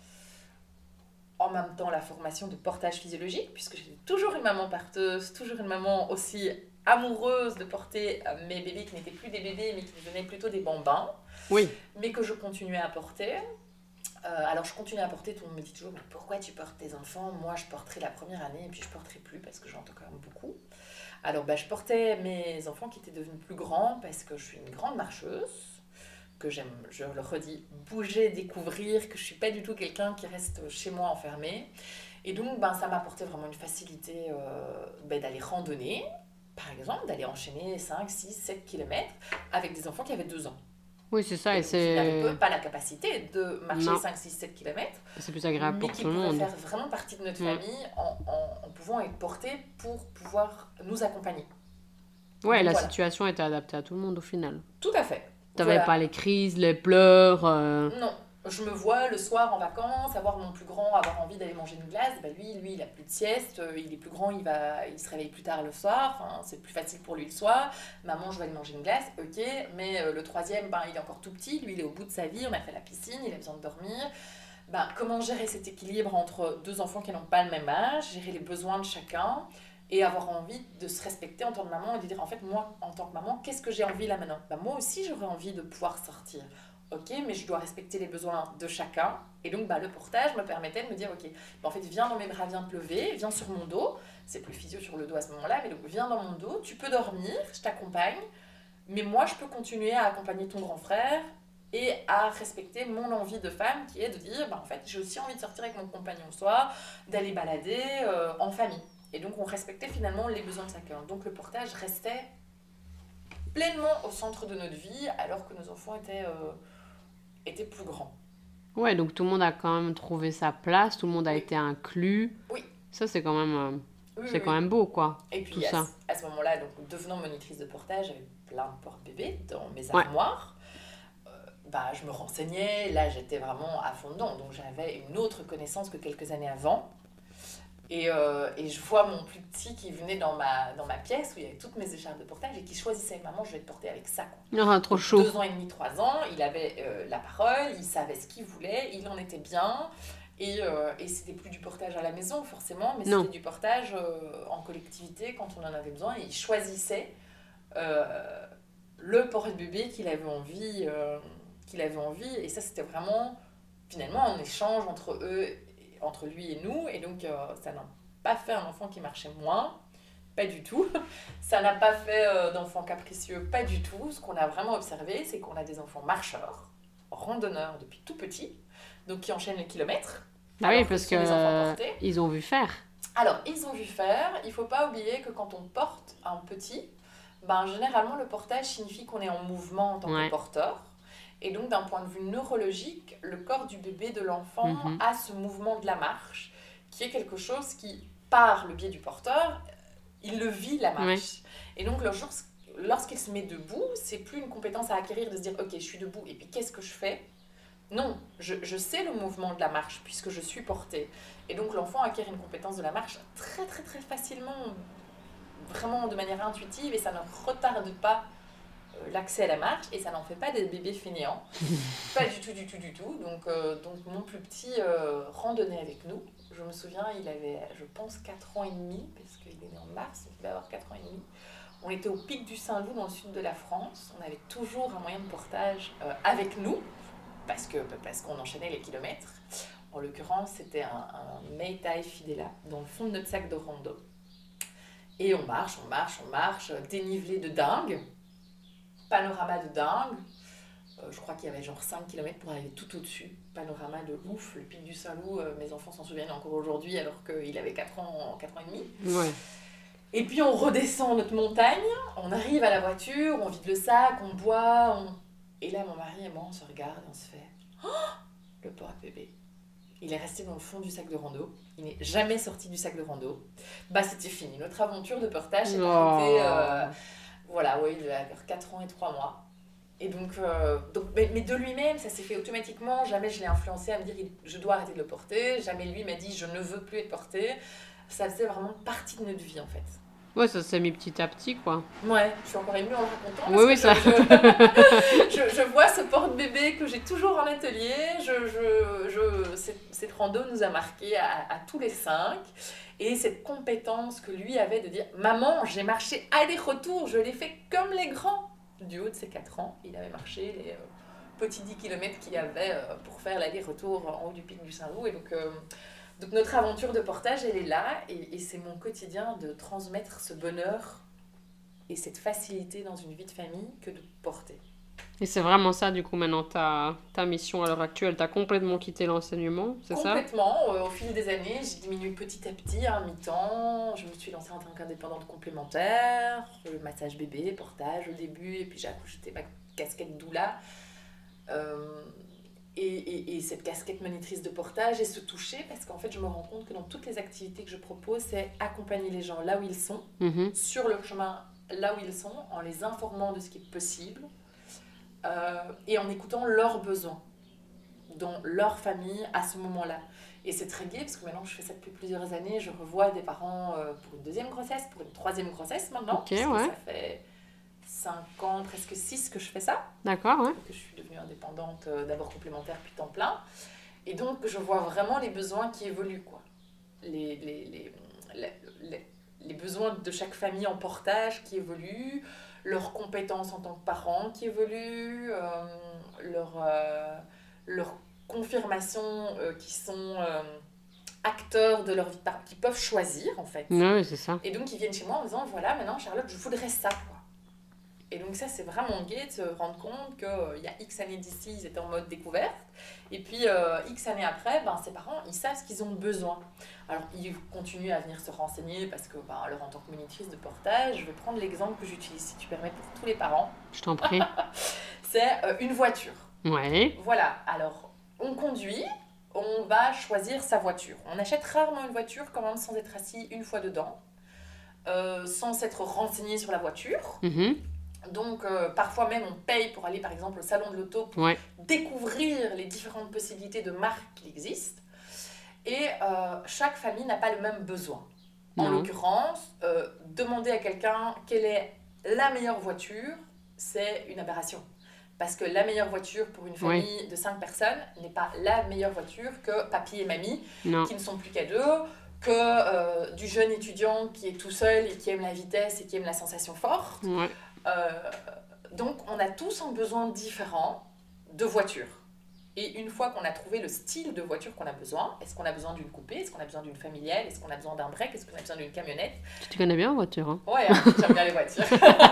En même temps, la formation de portage physiologique, puisque j'étais toujours une maman porteuse, toujours une maman aussi amoureuse de porter mes bébés qui n'étaient plus des bébés, mais qui devenaient plutôt des bambins. Oui. Mais que je continuais à porter. Euh, alors, je continue à porter, tout le monde me dit toujours, mais pourquoi tu portes tes enfants? Moi, je porterai la première année, et puis je porterai plus, parce que j'entends quand même beaucoup. Alors, bah, je portais mes enfants qui étaient devenus plus grands, parce que je suis une grande marcheuse, que j'aime, je le redis, bouger, découvrir, que je ne suis pas du tout quelqu'un qui reste chez moi enfermé. Et donc, ben, ça m'a apporté vraiment une facilité euh, ben, d'aller randonner, par exemple, d'aller enchaîner cinq, six, sept kilomètres avec des enfants qui avaient deux ans. Oui, c'est ça. Et, et c'est... qui n'avaient pas la capacité de marcher non. cinq, six, sept kilomètres. C'est plus agréable pour tout le monde. Mais qui pouvaient faire vraiment partie de notre mmh. famille en, en, en pouvant être portés pour pouvoir nous accompagner. Ouais, donc, la voilà. situation était adaptée à tout le monde au final. Tout à fait. T'avais voilà. pas les crises, les pleurs euh... Non. Je me vois le soir en vacances, avoir mon plus grand, avoir envie d'aller manger une glace. Ben lui, lui, il a plus de sieste, il est plus grand, il, va, il se réveille plus tard le soir. Enfin, c'est plus facile pour lui le soir. Maman, je vais aller manger une glace, ok. Mais euh, le troisième, ben, il est encore tout petit. Lui, il est au bout de sa vie. On a fait la piscine, il a besoin de dormir. Ben, comment gérer cet équilibre entre deux enfants qui n'ont pas le même âge, gérer les besoins de chacun et avoir envie de se respecter en tant que maman et de dire, en fait, moi, en tant que maman, qu'est-ce que j'ai envie là maintenant? Ben, moi aussi, j'aurais envie de pouvoir sortir. Ok, mais je dois respecter les besoins de chacun. Et donc, bah, le portage me permettait de me dire, ok, bah, en fait, viens dans mes bras, viens te lever, viens sur mon dos. C'est plus physio sur le dos à ce moment-là, mais donc, viens dans mon dos, tu peux dormir, je t'accompagne. Mais moi, je peux continuer à accompagner ton grand frère et à respecter mon envie de femme qui est de dire, bah, en fait, j'ai aussi envie de sortir avec mon compagnon le soir, d'aller balader euh, en famille. Et donc, on respectait finalement les besoins de chacun. Donc, le portage restait pleinement au centre de notre vie, alors que nos enfants étaient... Euh, était plus grand. Ouais, donc tout le monde a quand même trouvé sa place, tout le monde a oui. été inclus. Oui. Ça, c'est quand même, euh, oui, c'est oui, quand oui. même beau, quoi. Et puis, tout à, ça. à ce moment-là, donc, devenant monitrice de portage, j'avais plein de porte-bébés dans mes armoires. Ouais. Euh, bah, je me renseignais, là, j'étais vraiment à fond dedans. Donc, j'avais une autre connaissance que quelques années avant. Et, euh, et je vois mon plus petit qui venait dans ma, dans ma pièce où il y avait toutes mes écharpes de portage et qui choisissait, maman, je vais te porter avec ça. Quoi. Ah, trop Donc, chaud. Deux ans et demi, trois ans, il avait euh, la parole, il savait ce qu'il voulait, il en était bien. Et, euh, et c'était plus du portage à la maison, forcément, mais non. c'était du portage euh, en collectivité quand on en avait besoin. Et il choisissait euh, le porte-bébé qu'il avait envie, euh, qu'il avait envie. Et ça, c'était vraiment, finalement, un échange entre eux entre lui et nous, et donc euh, ça n'a pas fait un enfant qui marchait moins, pas du tout. Ça n'a pas fait euh, d'enfant capricieux, pas du tout. Ce qu'on a vraiment observé, c'est qu'on a des enfants marcheurs, randonneurs depuis tout petit, donc qui enchaînent les kilomètres. Ah oui, parce que euh, ils ont vu faire. Alors, ils ont vu faire. Il ne faut pas oublier que quand on porte un petit, ben, généralement le portage signifie qu'on est en mouvement en tant ouais. que porteur. Et donc, d'un point de vue neurologique, le corps du bébé, de l'enfant, mmh. a ce mouvement de la marche, qui est quelque chose qui, par le biais du porteur, il le vit, la marche. Oui. Et donc, le jour, lorsqu'il se met debout, c'est plus une compétence à acquérir de se dire « Ok, je suis debout, et puis qu'est-ce que je fais ?» Non, je, je sais le mouvement de la marche, puisque je suis portée. Et donc, l'enfant acquiert une compétence de la marche très, très, très facilement, vraiment de manière intuitive, et ça ne retarde pas l'accès à la marche, et ça n'en fait pas des bébés fainéants. Pas du tout, du tout, du tout. Donc, euh, donc mon plus petit euh, randonnait avec nous. Je me souviens, il avait, je pense, quatre ans et demi, parce qu'il est né en mars, donc il va avoir quatre ans et demi. On était au pic du Saint-Loup, dans le sud de la France. On avait toujours un moyen de portage euh, avec nous, parce, que, parce qu'on enchaînait les kilomètres. En l'occurrence, c'était un, un Meitai Fidela, dans le fond de notre sac de rando. Et on marche, on marche, on marche, dénivelé de dingue. Panorama de dingue, euh, je crois qu'il y avait genre cinq kilomètres pour arriver tout au-dessus. Panorama de ouf, le pic du Saint-Loup, euh, mes enfants s'en souviennent encore aujourd'hui alors qu'il avait quatre ans, quatre ans et demi. Ouais. Et puis on redescend notre montagne, on arrive à la voiture, on vide le sac, on boit, on... et là mon mari et moi on se regarde et on se fait oh, le porte-bébé. Il est resté dans le fond du sac de rando, il n'est jamais sorti du sac de rando. Bah c'était fini, notre aventure de portage s'est arrêtée... Euh... Voilà, oui, il avait quatre ans et trois mois. Et donc, euh, donc mais, mais de lui-même, ça s'est fait automatiquement. Jamais je l'ai influencé à me dire je dois arrêter de le porter. Jamais lui m'a dit je ne veux plus être porté. Ça faisait vraiment partie de notre vie en fait. Ouais, ça s'est mis petit à petit, quoi. Ouais, je suis encore émue en le racontant. Oui, oui, ça. Je, je, je, je vois ce porte-bébé que j'ai toujours en atelier. Je, je, je, cette, cette rando nous a marqué à, à tous les cinq. Et cette compétence que lui avait de dire « Maman, j'ai marché aller-retour, je l'ai fait comme les grands !» Du haut de ses quatre ans, il avait marché les euh, petits dix kilomètres qu'il y avait euh, pour faire l'aller-retour en haut du pic du Saint-Loup. Et donc, euh, donc notre aventure de portage, elle est là. Et, et c'est mon quotidien de transmettre ce bonheur et cette facilité dans une vie de famille que de porter. Et c'est vraiment ça, du coup, maintenant, ta, ta mission à l'heure actuelle. Tu as complètement quitté l'enseignement, c'est ça? Complètement. Euh, au fil des années, j'ai diminué petit à petit, à mi-temps. Je me suis lancée en tant qu'indépendante complémentaire, le massage bébé, portage au début, et puis j'ai ajouté ma casquette doula. Euh, et, et, et cette casquette monitrice de portage et se toucher, parce qu'en fait, je me rends compte que dans toutes les activités que je propose, c'est accompagner les gens là où ils sont, Mm-hmm. sur le chemin là où ils sont, en les informant de ce qui est possible. Euh, et en écoutant leurs besoins dans leur famille à ce moment-là. Et c'est très gai parce que maintenant je fais ça depuis plusieurs années, je revois des parents euh, pour une deuxième grossesse, pour une troisième grossesse maintenant, Ok, parce ouais. que ça fait cinq ans, presque six que je fais ça, D'accord, ouais. que je suis devenue indépendante, euh, d'abord complémentaire puis temps plein. Et donc je vois vraiment les besoins qui évoluent, quoi. Les, les, les, les, les, les besoins de chaque famille en portage qui évoluent, leurs compétences en tant que parents qui évoluent, euh, leur, euh, leur confirmation euh, qui sont euh, acteurs de leur vie, qui peuvent choisir en fait. Oui, c'est ça. Et donc ils viennent chez moi en disant voilà, maintenant Charlotte, je voudrais ça, quoi. Et donc ça, c'est vraiment gai de se rendre compte qu'il euh, y a X années d'ici, ils étaient en mode découverte. Et puis euh, X années après, ben, ces parents, ils savent ce qu'ils ont besoin. Alors, ils continuent à venir se renseigner parce que, ben, alors, en tant que monitrice de portage, je vais prendre l'exemple que j'utilise, si tu permets, pour tous les parents. Je t'en prie. C'est euh, une voiture. Ouais. Voilà, alors, on conduit, on va choisir sa voiture. On achète rarement une voiture quand même sans être assis une fois dedans, euh, sans s'être renseigné sur la voiture. Mm-hmm. Donc, euh, parfois même, on paye pour aller, par exemple, au salon de l'auto pour Ouais. découvrir les différentes possibilités de marques qui existent. Et euh, chaque famille n'a pas le même besoin. En Non. l'occurrence, euh, demander à quelqu'un quelle est la meilleure voiture, c'est une aberration. Parce que la meilleure voiture pour une famille Oui. de cinq personnes n'est pas la meilleure voiture que papy et mamie, Non. qui ne sont plus qu'à deux, que euh, du jeune étudiant qui est tout seul et qui aime la vitesse et qui aime la sensation forte. Ouais. Euh, donc, on a tous un besoin différent de voiture. Et une fois qu'on a trouvé le style de voiture qu'on a besoin, est-ce qu'on a besoin d'une coupée, est-ce qu'on a besoin d'une familiale, est-ce qu'on a besoin d'un break, est-ce qu'on a besoin d'une camionnette? Tu te connais bien en voiture, hein? Ouais, hein, j'aime bien les voitures.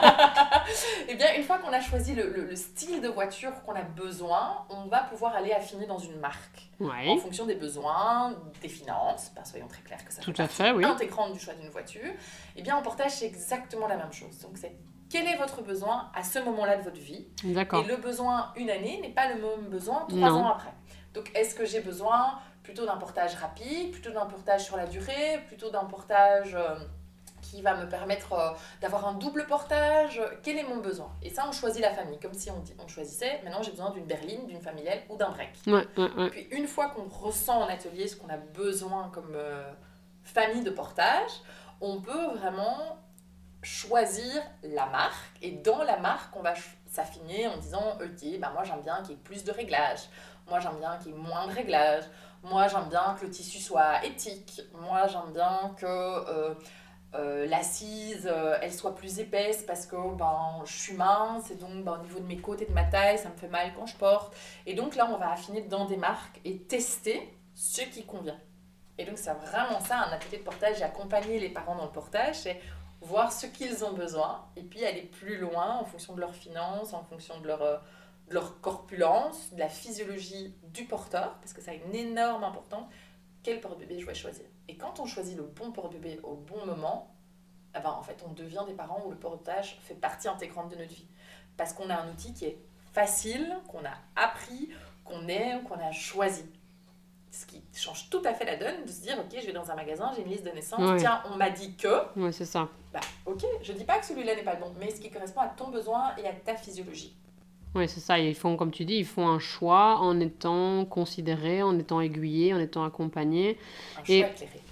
Et bien, une fois qu'on a choisi le, le, le style de voiture qu'on a besoin, on va pouvoir aller affiner dans une marque. Ouais. En fonction des besoins, des finances, ben, soyons très clairs que ça Tout fait à partie fait, oui. intégrante du choix d'une voiture. Et bien, en portage, c'est exactement la même chose. Donc, c'est quel est votre besoin à ce moment-là de votre vie? D'accord. Et le besoin une année n'est pas le même besoin trois Non. ans après. Donc, est-ce que j'ai besoin plutôt d'un portage rapide, plutôt d'un portage sur la durée, plutôt d'un portage euh, qui va me permettre euh, d'avoir un double portage? Quel est mon besoin? Et ça, on choisit la famille, comme si on, dit, on choisissait, maintenant j'ai besoin d'une berline, d'une familiale ou d'un break. Ouais, ouais, ouais. Et puis, une fois qu'on ressent en atelier ce qu'on a besoin comme euh, famille de portage, on peut vraiment choisir la marque, et dans la marque on va s'affiner en disant ok, bah moi j'aime bien qu'il y ait plus de réglages, moi j'aime bien qu'il y ait moins de réglages, moi j'aime bien que le tissu soit éthique, moi j'aime bien que euh, euh, l'assise euh, elle soit plus épaisse parce que ben, je suis mince et donc ben, au niveau de mes côtes et de ma taille ça me fait mal quand je porte. Et donc là on va affiner dans des marques et tester ce qui convient. Et donc c'est vraiment ça, un atelier de portage, et accompagner les parents dans le portage, c'est voir ce qu'ils ont besoin, et puis aller plus loin en fonction de leurs finances, en fonction de leur, euh, de leur corpulence, de la physiologie du porteur, parce que ça a une énorme importance, quel porte-bébé je vais choisir. Et quand on choisit le bon porte-bébé au bon moment, eh ben, en fait, on devient des parents où le portage fait partie intégrante de notre vie. Parce qu'on a un outil qui est facile, qu'on a appris, qu'on aime, qu'on a choisi. Ce qui change tout à fait la donne, de se dire, ok, je vais dans un magasin, j'ai une liste de naissance, Ouais. tiens, on m'a dit que... Ouais, c'est ça. Bah, ok, je dis pas que celui-là n'est pas le bon, mais ce qui correspond à ton besoin et à ta physiologie. Oui, c'est ça. Ils font, comme tu dis, ils font un choix en étant considérés, en étant aiguillés, en étant accompagnés. Un choix Et éclairé.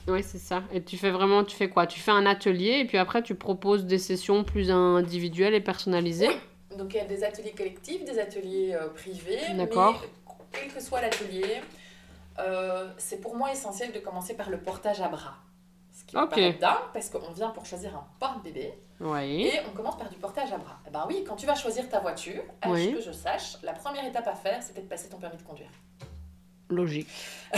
Oui, c'est ça. Et tu fais vraiment, tu fais quoi? Tu fais un atelier et puis après tu proposes des sessions plus individuelles et personnalisées? Oui, donc il y a des ateliers collectifs, des ateliers euh, privés, D'accord. mais quel que soit l'atelier, euh, c'est pour moi essentiel de commencer par le portage à bras. Ce qui peut Ok. paraître dingue, parce qu'on vient pour choisir un porte-bébé, Oui. et on commence par du portage à bras. Eh ben oui, quand tu vas choisir ta voiture, à Oui. ce que je sache, la première étape à faire, c'était de passer ton permis de conduire. Logique.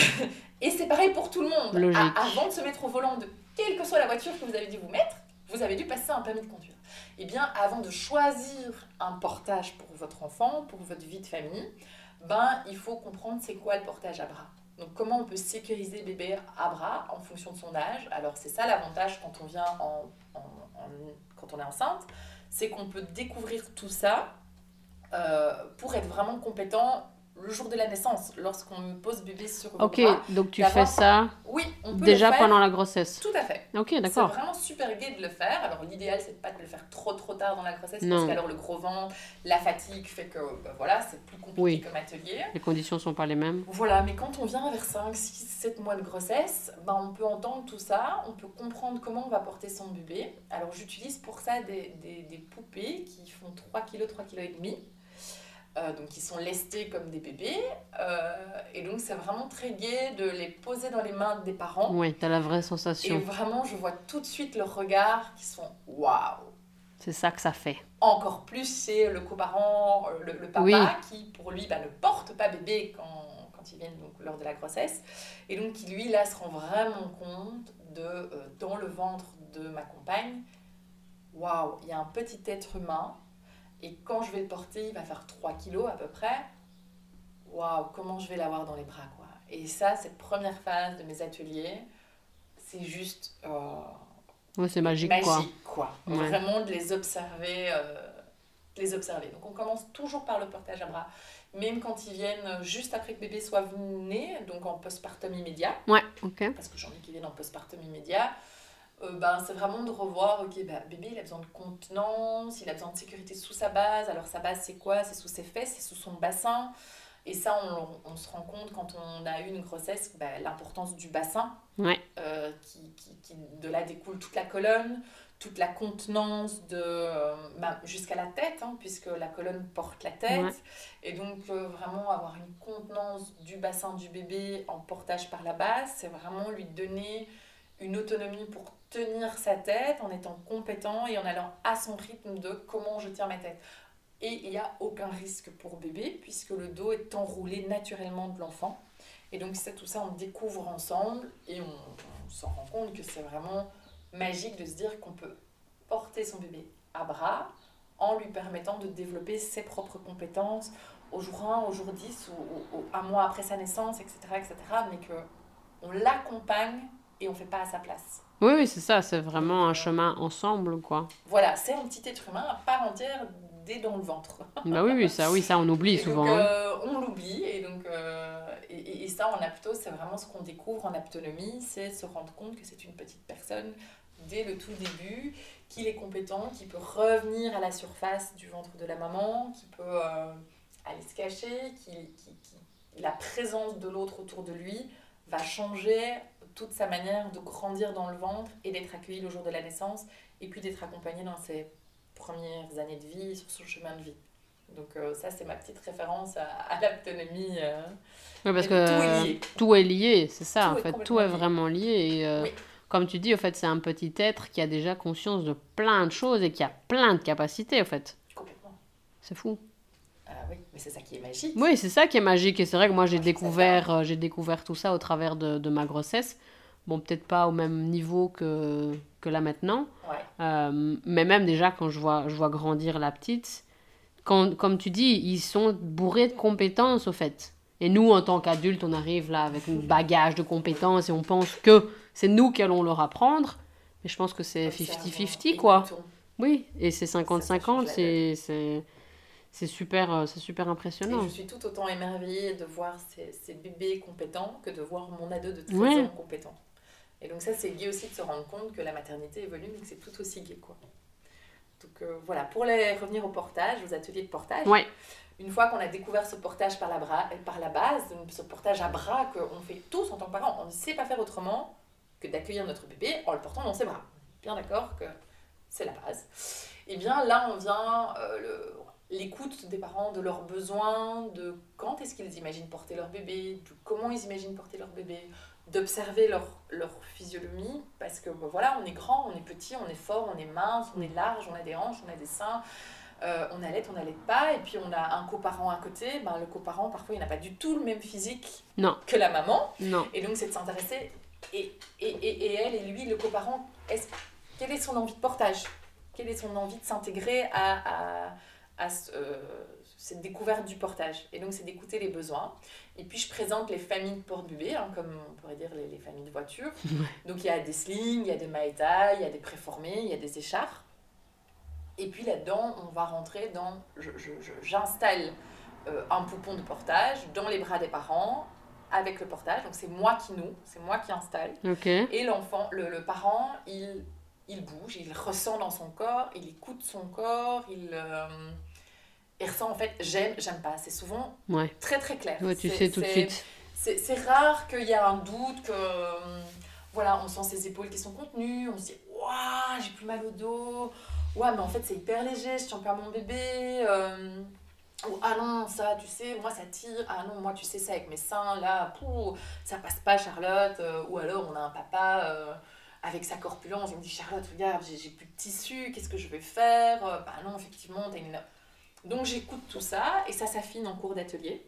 Et c'est pareil pour tout le monde. Logique. À- avant de se mettre au volant de quelle que soit la voiture que vous avez dû vous mettre, vous avez dû passer un permis de conduire. Eh bien, avant de choisir un portage pour votre enfant, pour votre vie de famille, ben, il faut comprendre c'est quoi le portage à bras. Donc, comment on peut sécuriser bébé à bras en fonction de son âge. Alors, c'est ça l'avantage quand on vient en, en- en- quand on est enceinte, c'est qu'on peut découvrir tout ça euh, pour être vraiment compétent le jour de la naissance, lorsqu'on pose bébé sur vos Ok, bras. donc tu D'avoir- fais ça Oui, on peut déjà le faire. pendant la grossesse. Tout à fait. Ok, C'est d'accord. vraiment super gai de le faire. Alors l'idéal, c'est de pas de le faire trop trop tard dans la grossesse, Non. parce qu'alors le gros ventre, la fatigue fait que ben voilà, c'est plus compliqué Oui. comme atelier. Les conditions sont pas les mêmes. Voilà, mais quand on vient vers cinq, six, sept mois de grossesse, ben on peut entendre tout ça, on peut comprendre comment on va porter son bébé. Alors j'utilise pour ça des, des, des poupées qui font trois kilos, trois kilos et demi. Euh, donc qui sont lestés comme des bébés. Euh, et donc c'est vraiment très gai de les poser dans les mains des parents. Oui, t'as la vraie Et sensation. vraiment, je vois tout de suite leurs regards qui sont waouh. C'est ça que ça fait. Encore plus, c'est le coparent, euh, le, le papa, Oui. qui pour lui bah, ne porte pas bébé quand, quand ils viennent donc, lors de la grossesse. Et donc qui lui, là, se rend vraiment compte de, euh, dans le ventre de ma compagne, waouh, il y a un petit être humain. Et quand je vais le porter, il va faire trois kilos à peu près. Waouh, comment je vais l'avoir dans les bras, quoi. Et ça, cette première phase de mes ateliers, c'est juste euh, Ouais, c'est magique, magique, quoi. quoi. Ouais. Vraiment de les observer, euh, de les observer. Donc on commence toujours par le portage à bras, même quand ils viennent juste après que bébé soit né, donc en postpartum immédiat, Ouais, ok. parce que j'en ai qui viennent en postpartum immédiat. Euh, ben, c'est vraiment de revoir, ok, ben, bébé il a besoin de contenance, il a besoin de sécurité sous sa base. Alors sa base c'est quoi? C'est sous ses fesses, c'est sous son bassin. Et ça on, on se rend compte quand on a eu une grossesse, ben, l'importance du bassin, Ouais. euh, qui, qui, qui de là découle toute la colonne, toute la contenance de, euh, ben, jusqu'à la tête, hein, puisque la colonne porte la tête. Ouais. Et donc euh, vraiment avoir une contenance du bassin du bébé en portage par la base, c'est vraiment lui donner une autonomie pour tenir sa tête en étant compétent et en allant à son rythme de comment je tiens ma tête. Et il n'y a aucun risque pour bébé puisque le dos est enroulé naturellement de l'enfant. Et donc c'est tout ça, on découvre ensemble et on, on s'en rend compte que c'est vraiment magique de se dire qu'on peut porter son bébé à bras en lui permettant de développer ses propres compétences au jour un, au jour dix, ou, ou, ou un mois après sa naissance, et cetera, et cetera. Mais qu'on l'accompagne et on ne fait pas à sa place. Oui, oui, c'est ça. C'est vraiment un chemin ensemble, quoi. Voilà, c'est un petit être humain à part entière dès dans le ventre. Bah oui, oui, ça, oui, ça on oublie Et souvent. donc, hein. euh, on l'oublie, et donc euh, et, et- et ça en apto, c'est vraiment ce qu'on découvre en aptonomie, c'est se rendre compte que c'est une petite personne dès le tout début, qu'il est compétent, qui peut revenir à la surface du ventre de la maman, qui peut euh, aller se cacher, qui, qui, qui- la présence de l'autre autour de lui va changer toute sa manière de grandir dans le ventre et d'être accueilli le jour de la naissance, et puis d'être accompagné dans ses premières années de vie, sur son chemin de vie. Donc euh, ça, c'est ma petite référence à, à l'aptonomie. Euh, Ouais, parce et que tout est lié. tout est lié, c'est ça, Tout en est fait. complètement Tout est lié. vraiment lié. Et euh, Oui. comme tu dis, en fait, c'est un petit être qui a déjà conscience de plein de choses et qui a plein de capacités, en fait. Complètement. C'est fou. Ah oui, mais c'est ça qui est magique. Oui, c'est ça qui est magique. Et c'est vrai que moi, j'ai Moi, je trouve ça découvert, euh, j'ai découvert tout ça au travers de, de ma grossesse. Bon, peut-être pas au même niveau que, que là maintenant. Ouais. Euh, mais même déjà, quand je vois, je vois grandir la petite, quand, comme tu dis, ils sont bourrés de compétences, au fait. Et nous, en tant qu'adultes, on arrive là avec un bagage de compétences et on pense que c'est nous qui allons leur apprendre. Mais je pense que c'est Observons, cinquante cinquante, quoi. écoutons. Oui, et c'est cinquante Ça, ça cinquante, change la c'est, c'est, c'est, super, euh, c'est super Et impressionnant. je suis tout autant émerveillée de voir ces, ces bébés compétents que de voir mon ado de treize Ouais. ans compétent. Et donc ça, c'est gai aussi de se rendre compte que la maternité évolue, mais que c'est tout aussi gai, quoi. Donc euh, voilà, pour les, revenir au portage, aux ateliers de portage, Ouais, une fois qu'on a découvert ce portage par la, bras, par la base, donc ce portage à bras qu'on fait tous en tant que parents, on ne sait pas faire autrement, que d'accueillir notre bébé en le portant dans ses bras. Bien d'accord que c'est la base. Et bien là, on vient euh, le, l'écoute des parents, de leurs besoins, de quand est-ce qu'ils imaginent porter leur bébé, de comment ils imaginent porter leur bébé, d'observer leur, leur physionomie, parce que ben, voilà, on est grand, on est petit, on est fort, on est mince, on est large, on a des hanches, on a des seins, euh, on allait, on n'allait pas, et puis on a un coparent à côté, ben, le coparent, parfois, il n'a pas du tout le même physique non. que la maman, non. Et donc c'est de s'intéresser, et, et, et, et elle et lui, le coparent, est-ce, quelle est son envie de portage ? Quelle est son envie de s'intégrer à, à, à euh, cette découverte du portage. Et donc, c'est d'écouter les besoins. Et puis, je présente les familles de porte-bébé, hein, comme on pourrait dire les, les familles de voitures. Donc, il y a des slings, il y a des maïtas, il y a des préformés, il y a des écharpes. Et puis, là-dedans, on va rentrer dans... Je, je, je, j'installe euh, un poupon de portage dans les bras des parents avec le portage. Donc, c'est moi qui noue, c'est moi qui installe. Okay. Et l'enfant, le, le parent, il... il bouge, il ressent dans son corps, il écoute son corps, il, euh, il ressent en fait j'aime, j'aime pas. C'est souvent ouais. très très clair. Ouais, tu c'est, sais tout c'est, de suite. C'est, c'est rare qu'il y ait un doute, que euh, voilà, on sent ses épaules qui sont contenues, on se dit waouh, j'ai plus mal au dos, ouais, mais en fait c'est hyper léger, je tiens pas mon bébé. Euh, ou ah non, ça tu sais, moi ça tire, ah non, moi tu sais ça avec mes seins, là, pou, ça passe pas, Charlotte. Euh, ou alors on a un papa. Euh, avec sa corpulence, il me dit Charlotte, regarde, j'ai, j'ai plus de tissu, qu'est-ce que je vais faire ? Bah non, effectivement, t'as une... Donc j'écoute tout ça, et ça s'affine en cours d'atelier.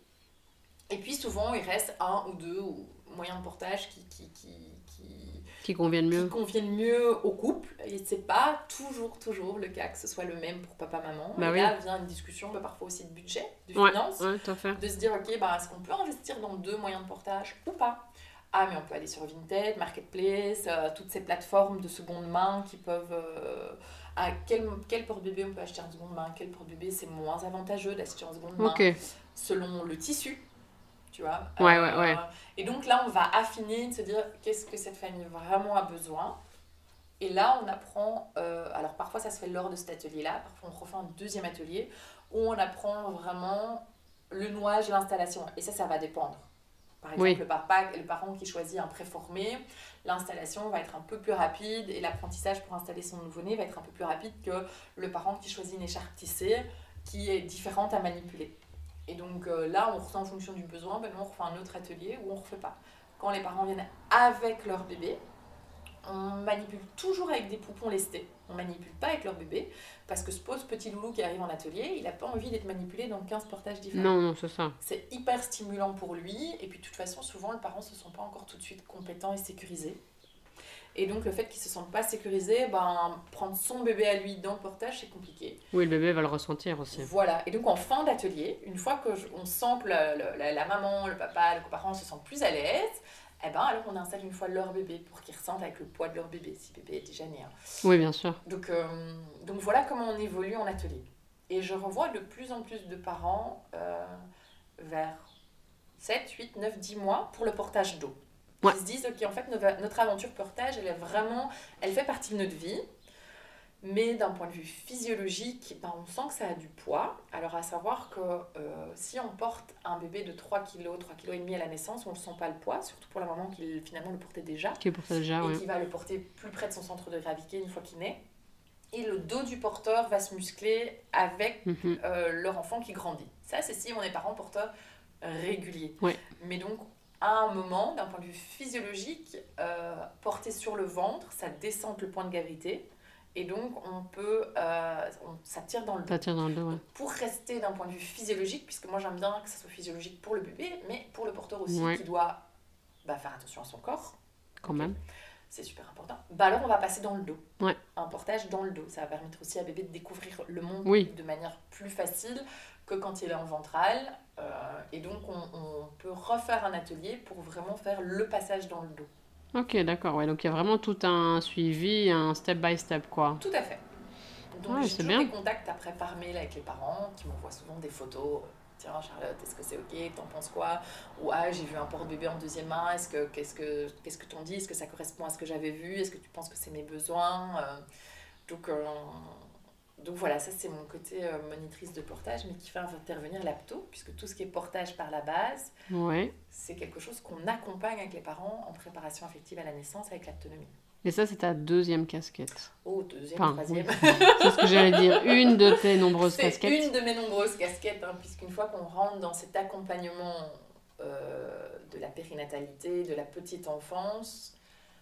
Et puis souvent, il reste un ou deux ou moyens de portage qui, qui, qui, qui, qui conviennent mieux. Qui conviennent mieux au couple. Et c'est pas toujours, toujours le cas que ce soit le même pour papa-maman. Bah et oui. là vient une discussion, bah, parfois aussi de budget, de ouais, finances, ouais, tout à fait. de se dire, ok, bah, est-ce qu'on peut investir dans deux moyens de portage ou pas ? Ah, mais on peut aller sur Vinted, Marketplace, euh, toutes ces plateformes de seconde main qui peuvent... Euh, à quel, quel porte-bébé on peut acheter en seconde main, quel porte-bébé c'est moins avantageux d'acheter en seconde main, okay. selon le tissu, tu vois. Ouais, euh, ouais, ouais. Et donc là, on va affiner, de se dire qu'est-ce que cette famille vraiment a besoin. Et là, on apprend... Euh, alors, parfois, ça se fait lors de cet atelier-là. Parfois, on refait un deuxième atelier où on apprend vraiment le nouage, l'installation. Et ça, ça va dépendre. Par exemple, oui. le, papa, le parent qui choisit un préformé, l'installation va être un peu plus rapide et l'apprentissage pour installer son nouveau-né va être un peu plus rapide que le parent qui choisit une écharpe tissée qui est différente à manipuler. Et donc euh, là, on ressent en fonction du besoin, ben, on refait un autre atelier ou on ne refait pas. Quand les parents viennent avec leur bébé, on manipule toujours avec des poupons lestés. On ne manipule pas avec leur bébé parce que ce pauvre petit loulou qui arrive en atelier, il n'a pas envie d'être manipulé dans quinze portages différents. Non, non, c'est ça. C'est hyper stimulant pour lui. Et puis, de toute façon, souvent, les parents ne se sentent pas encore tout de suite compétents et sécurisés. Et donc, le fait qu'ils ne se sentent pas sécurisés, ben, prendre son bébé à lui dans le portage, c'est compliqué. Oui, le bébé va le ressentir aussi. Voilà. Et donc, en fin d'atelier, une fois qu'on sent que la, la, la maman, le papa, le coparent se sentent plus à l'aise, eh ben, alors on installe une fois leur bébé pour qu'ils ressentent avec le poids de leur bébé, si bébé est déjà né. Hein. Oui, bien sûr. Donc, euh, donc, voilà comment on évolue en atelier. Et je revois de plus en plus de parents euh, vers sept, huit, neuf, dix mois pour le portage d'eau. Ouais. Ils se disent, ok, en fait, notre, notre aventure portage, elle est vraiment, elle fait partie de notre vie. Mais d'un point de vue physiologique, ben, on sent que ça a du poids. Alors, à savoir que euh, si on porte un bébé de trois kilos, trois kilos et demi à la naissance, on ne sent pas le poids, surtout pour la maman qui finalement le portait déjà. Qui portait déjà, et ouais. qui va le porter plus près de son centre de gravité une fois qu'il naît. Et le dos du porteur va se muscler avec mm-hmm. euh, leur enfant qui grandit. Ça, c'est si on est parent porteur régulier. Ouais. Mais donc, à un moment, d'un point de vue physiologique, euh, porter sur le ventre, ça descend le point de gravité. Et donc, on peut, euh, on, ça tire dans le dos. Ça tire dans le dos, ouais. Donc, pour rester d'un point de vue physiologique, puisque moi j'aime bien que ça soit physiologique pour le bébé, mais pour le porteur aussi, ouais. qui doit bah, faire attention à son corps. Quand okay. même. C'est super important. Bah alors, on va passer dans le dos. Ouais. Un portage dans le dos. Ça va permettre aussi à bébé de découvrir le monde oui. de manière plus facile que quand il est en ventral. Euh, et donc, on, on peut refaire un atelier pour vraiment faire le passage dans le dos. Ok, d'accord. Ouais. Donc, il y a vraiment tout un suivi, un step by step, quoi. Tout à fait. Donc, ouais, j'ai c'est toujours bien. des contacts après par mail avec les parents qui m'envoient souvent des photos. Tiens, Charlotte, est-ce que c'est ok? T'en penses quoi? Ou ah, j'ai vu un porte-bébé en deuxième main. Est-ce que, qu'est-ce que, qu'est-ce que t'en dis? Est-ce que ça correspond à ce que j'avais vu? Est-ce que tu penses que c'est mes besoins? euh, Donc, euh, donc voilà, ça c'est mon côté euh, monitrice de portage, mais qui fait intervenir l'apto, puisque tout ce qui est portage par la base, Ouais. c'est quelque chose qu'on accompagne avec les parents en préparation affective à la naissance avec l'aptonomie. Et ça, c'est ta deuxième casquette. Oh, deuxième, Enfin, troisième. oui. C'est ce que j'allais dire. Une de tes nombreuses C'est casquettes. une de mes nombreuses casquettes, hein, puisqu'une fois qu'on rentre dans cet accompagnement euh, de la périnatalité, de la petite enfance,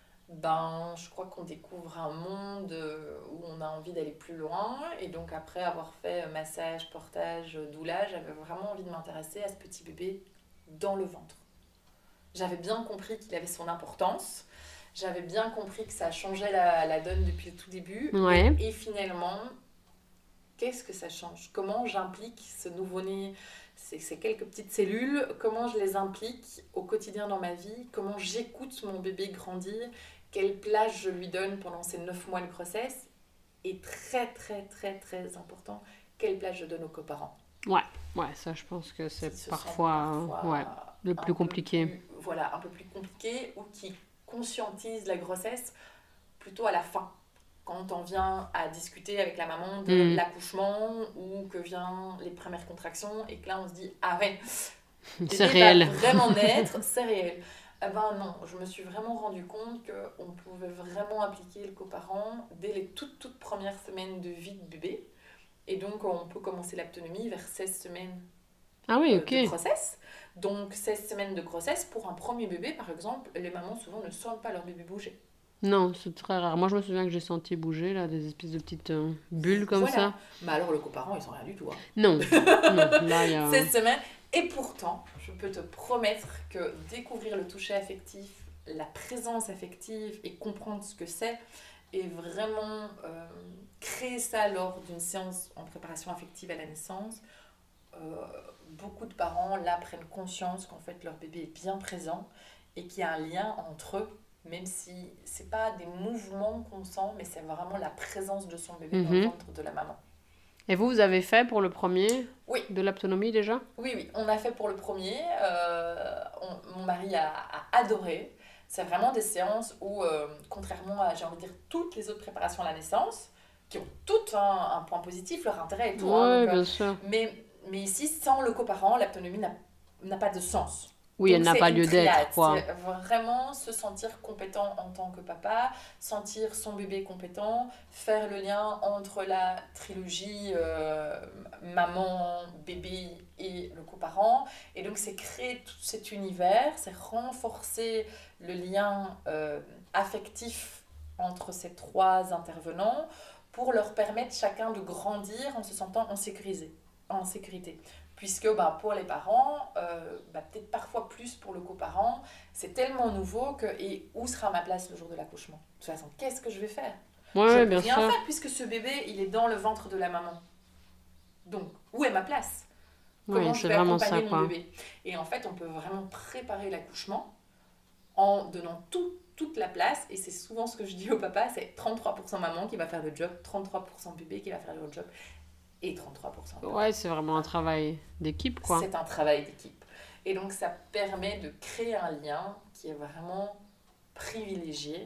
ben, je crois qu'on découvre un monde où on a envie d'aller plus loin. Et donc après avoir fait massage, portage, doula, j'avais vraiment envie de m'intéresser à ce petit bébé dans le ventre. J'avais bien compris qu'il avait son importance. J'avais bien compris que ça changeait la, la donne depuis le tout début. Ouais. Et, et finalement, qu'est-ce que ça change? Comment j'implique ce nouveau-né, ces, ces quelques petites cellules, comment je les implique au quotidien dans ma vie? Comment j'écoute mon bébé grandir? Quelle place je lui donne pendant ces neuf mois de grossesse? Et très, très, très, très important, quelle place je donne aux coparents? Ouais, ouais, ça je pense que c'est Qui se parfois, sentent parfois ouais, le un plus peu compliqué. plus- voilà, un peu plus compliqué, ou qui conscientisent la grossesse plutôt à la fin, quand on vient à discuter avec la maman de Mm. l'accouchement, ou que viennent les premières contractions, et que là on se dit ah ouais, bébé C'est va réel. vraiment naître, c'est réel. Eh ben non, je me suis vraiment rendu compte qu'on pouvait vraiment appliquer le coparent dès les toutes toutes premières semaines de vie de bébé, et donc on peut commencer l'aptonomie vers seize semaines Ah oui, euh, ok. de grossesse. Donc seize semaines de grossesse, pour un premier bébé par exemple, les mamans souvent ne sentent pas leur bébé bouger. Non, c'est très rare. Moi, je me souviens que j'ai senti bouger, là, des espèces de petites euh, bulles comme Voilà. ça. Mais alors le coparent, ils sont rien du tout. Hein. Non, non, là, il y a... seize semaines. Et pourtant, je peux te promettre que découvrir le toucher affectif, la présence affective et comprendre ce que c'est, et vraiment euh, créer ça lors d'une séance en préparation affective à la naissance, euh, beaucoup de parents là prennent conscience qu'en fait leur bébé est bien présent et qu'il y a un lien entre eux, même si c'est pas des mouvements qu'on sent, mais c'est vraiment la présence de son bébé dans le Mhm. ventre de la maman. Et vous, vous avez fait pour le premier Oui. de l'aptonomie déjà? Oui, oui, on a fait pour le premier. Euh, on- mon mari a, a adoré. C'est vraiment des séances où, euh, contrairement à, j'ai envie de dire, toutes les autres préparations à la naissance, qui ont toutes un, un point positif, leur intérêt et tout. hein, Ouais, donc, euh, bien sûr. mais, mais ici, sans le coparent, l'aptonomie n'a n'a pas de sens. Oui, elle Donc, n'a c'est pas une lieu triade. d'être, quoi. C'est vraiment se sentir compétent en tant que papa, sentir son bébé compétent, faire le lien entre la trilogie euh, maman, bébé et le coparent. Et donc, c'est créer tout cet univers, c'est renforcer le lien euh, affectif entre ces trois intervenants pour leur permettre chacun de grandir en se sentant en sécurisé, en sécurité. Puisque bah, pour les parents, euh, bah, peut-être parfois plus pour le coparent, c'est tellement nouveau que et où sera ma place le jour de l'accouchement? De toute façon, qu'est-ce que je vais faire? Ouais, Je ouais, ne peux bien rien sûr. faire puisque ce bébé, il est dans le ventre de la maman. Donc, où est ma place? Comment Oui, je c'est vais vraiment accompagner ça, mon quoi. bébé? Et en fait, on peut vraiment préparer l'accouchement en donnant tout, toute la place. Et c'est souvent ce que je dis au papa, c'est trente-trois pour cent maman qui va faire le job, trente-trois pour cent bébé qui va faire le job, et trente-trois pour cent papa. Ouais, c'est vraiment un travail d'équipe, quoi. C'est un travail d'équipe. Et donc, ça permet de créer un lien qui est vraiment privilégié,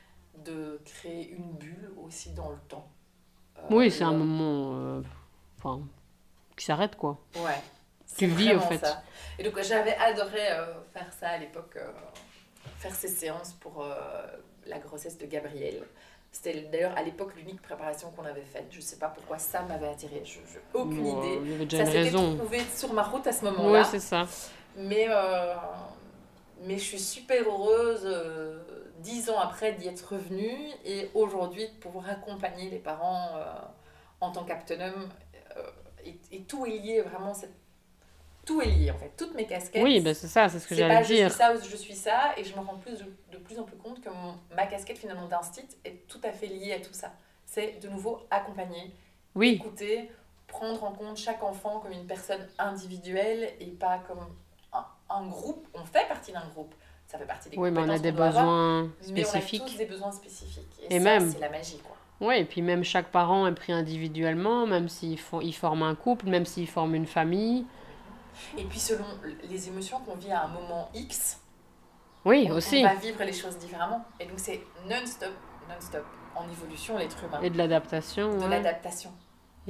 de créer une bulle aussi dans le temps. Euh, Oui, c'est un le- moment... euh, Enfin, qui s'arrête, quoi. Ouais. Tu c'est vis, au vraiment fait. ça. Et donc, j'avais adoré euh, faire ça à l'époque, euh, faire ces séances pour euh, la grossesse de Gabriel. C'était d'ailleurs à l'époque l'unique préparation qu'on avait faite. Je ne sais pas pourquoi ça m'avait attirée. Je n'ai aucune Bon, idée. il y avait déjà Ça une s'était raison. trouvé sur ma route à ce moment-là. Oui, c'est ça. Mais, euh, mais je suis super heureuse, euh, dix ans après, d'y être revenue et aujourd'hui de pouvoir accompagner les parents euh, en tant qu'aptonome. Euh, et, et tout est lié, vraiment, c'est- tout est lié en fait. Toutes mes casquettes, Oui, ben c'est ça, c'est ce que c'est j'allais pas je suis dire. ça ou je suis ça, et je me rends plus de, de plus en plus compte que mon- ma casquette finalement d'instit est tout à fait liée à tout ça. C'est de nouveau accompagner, Oui, écouter, prendre en compte chaque enfant comme une personne individuelle et pas comme un, un groupe. On fait partie d'un groupe, ça fait partie des oui, mais on a compétences des qu'on doit avoir, besoins mais on a tous spécifiques. des besoins spécifiques. Et, Et ça, même- c'est la magie, quoi. Oui, et puis même chaque parent est pris individuellement, même s'ils font, ils forment un couple, même s'ils forment une famille. Et puis selon les émotions qu'on vit à un moment X, Oui, on, aussi. on va vivre les choses différemment. Et donc c'est non-stop, non-stop, en évolution, l'être humain. Et de l'adaptation. De ouais. l'adaptation.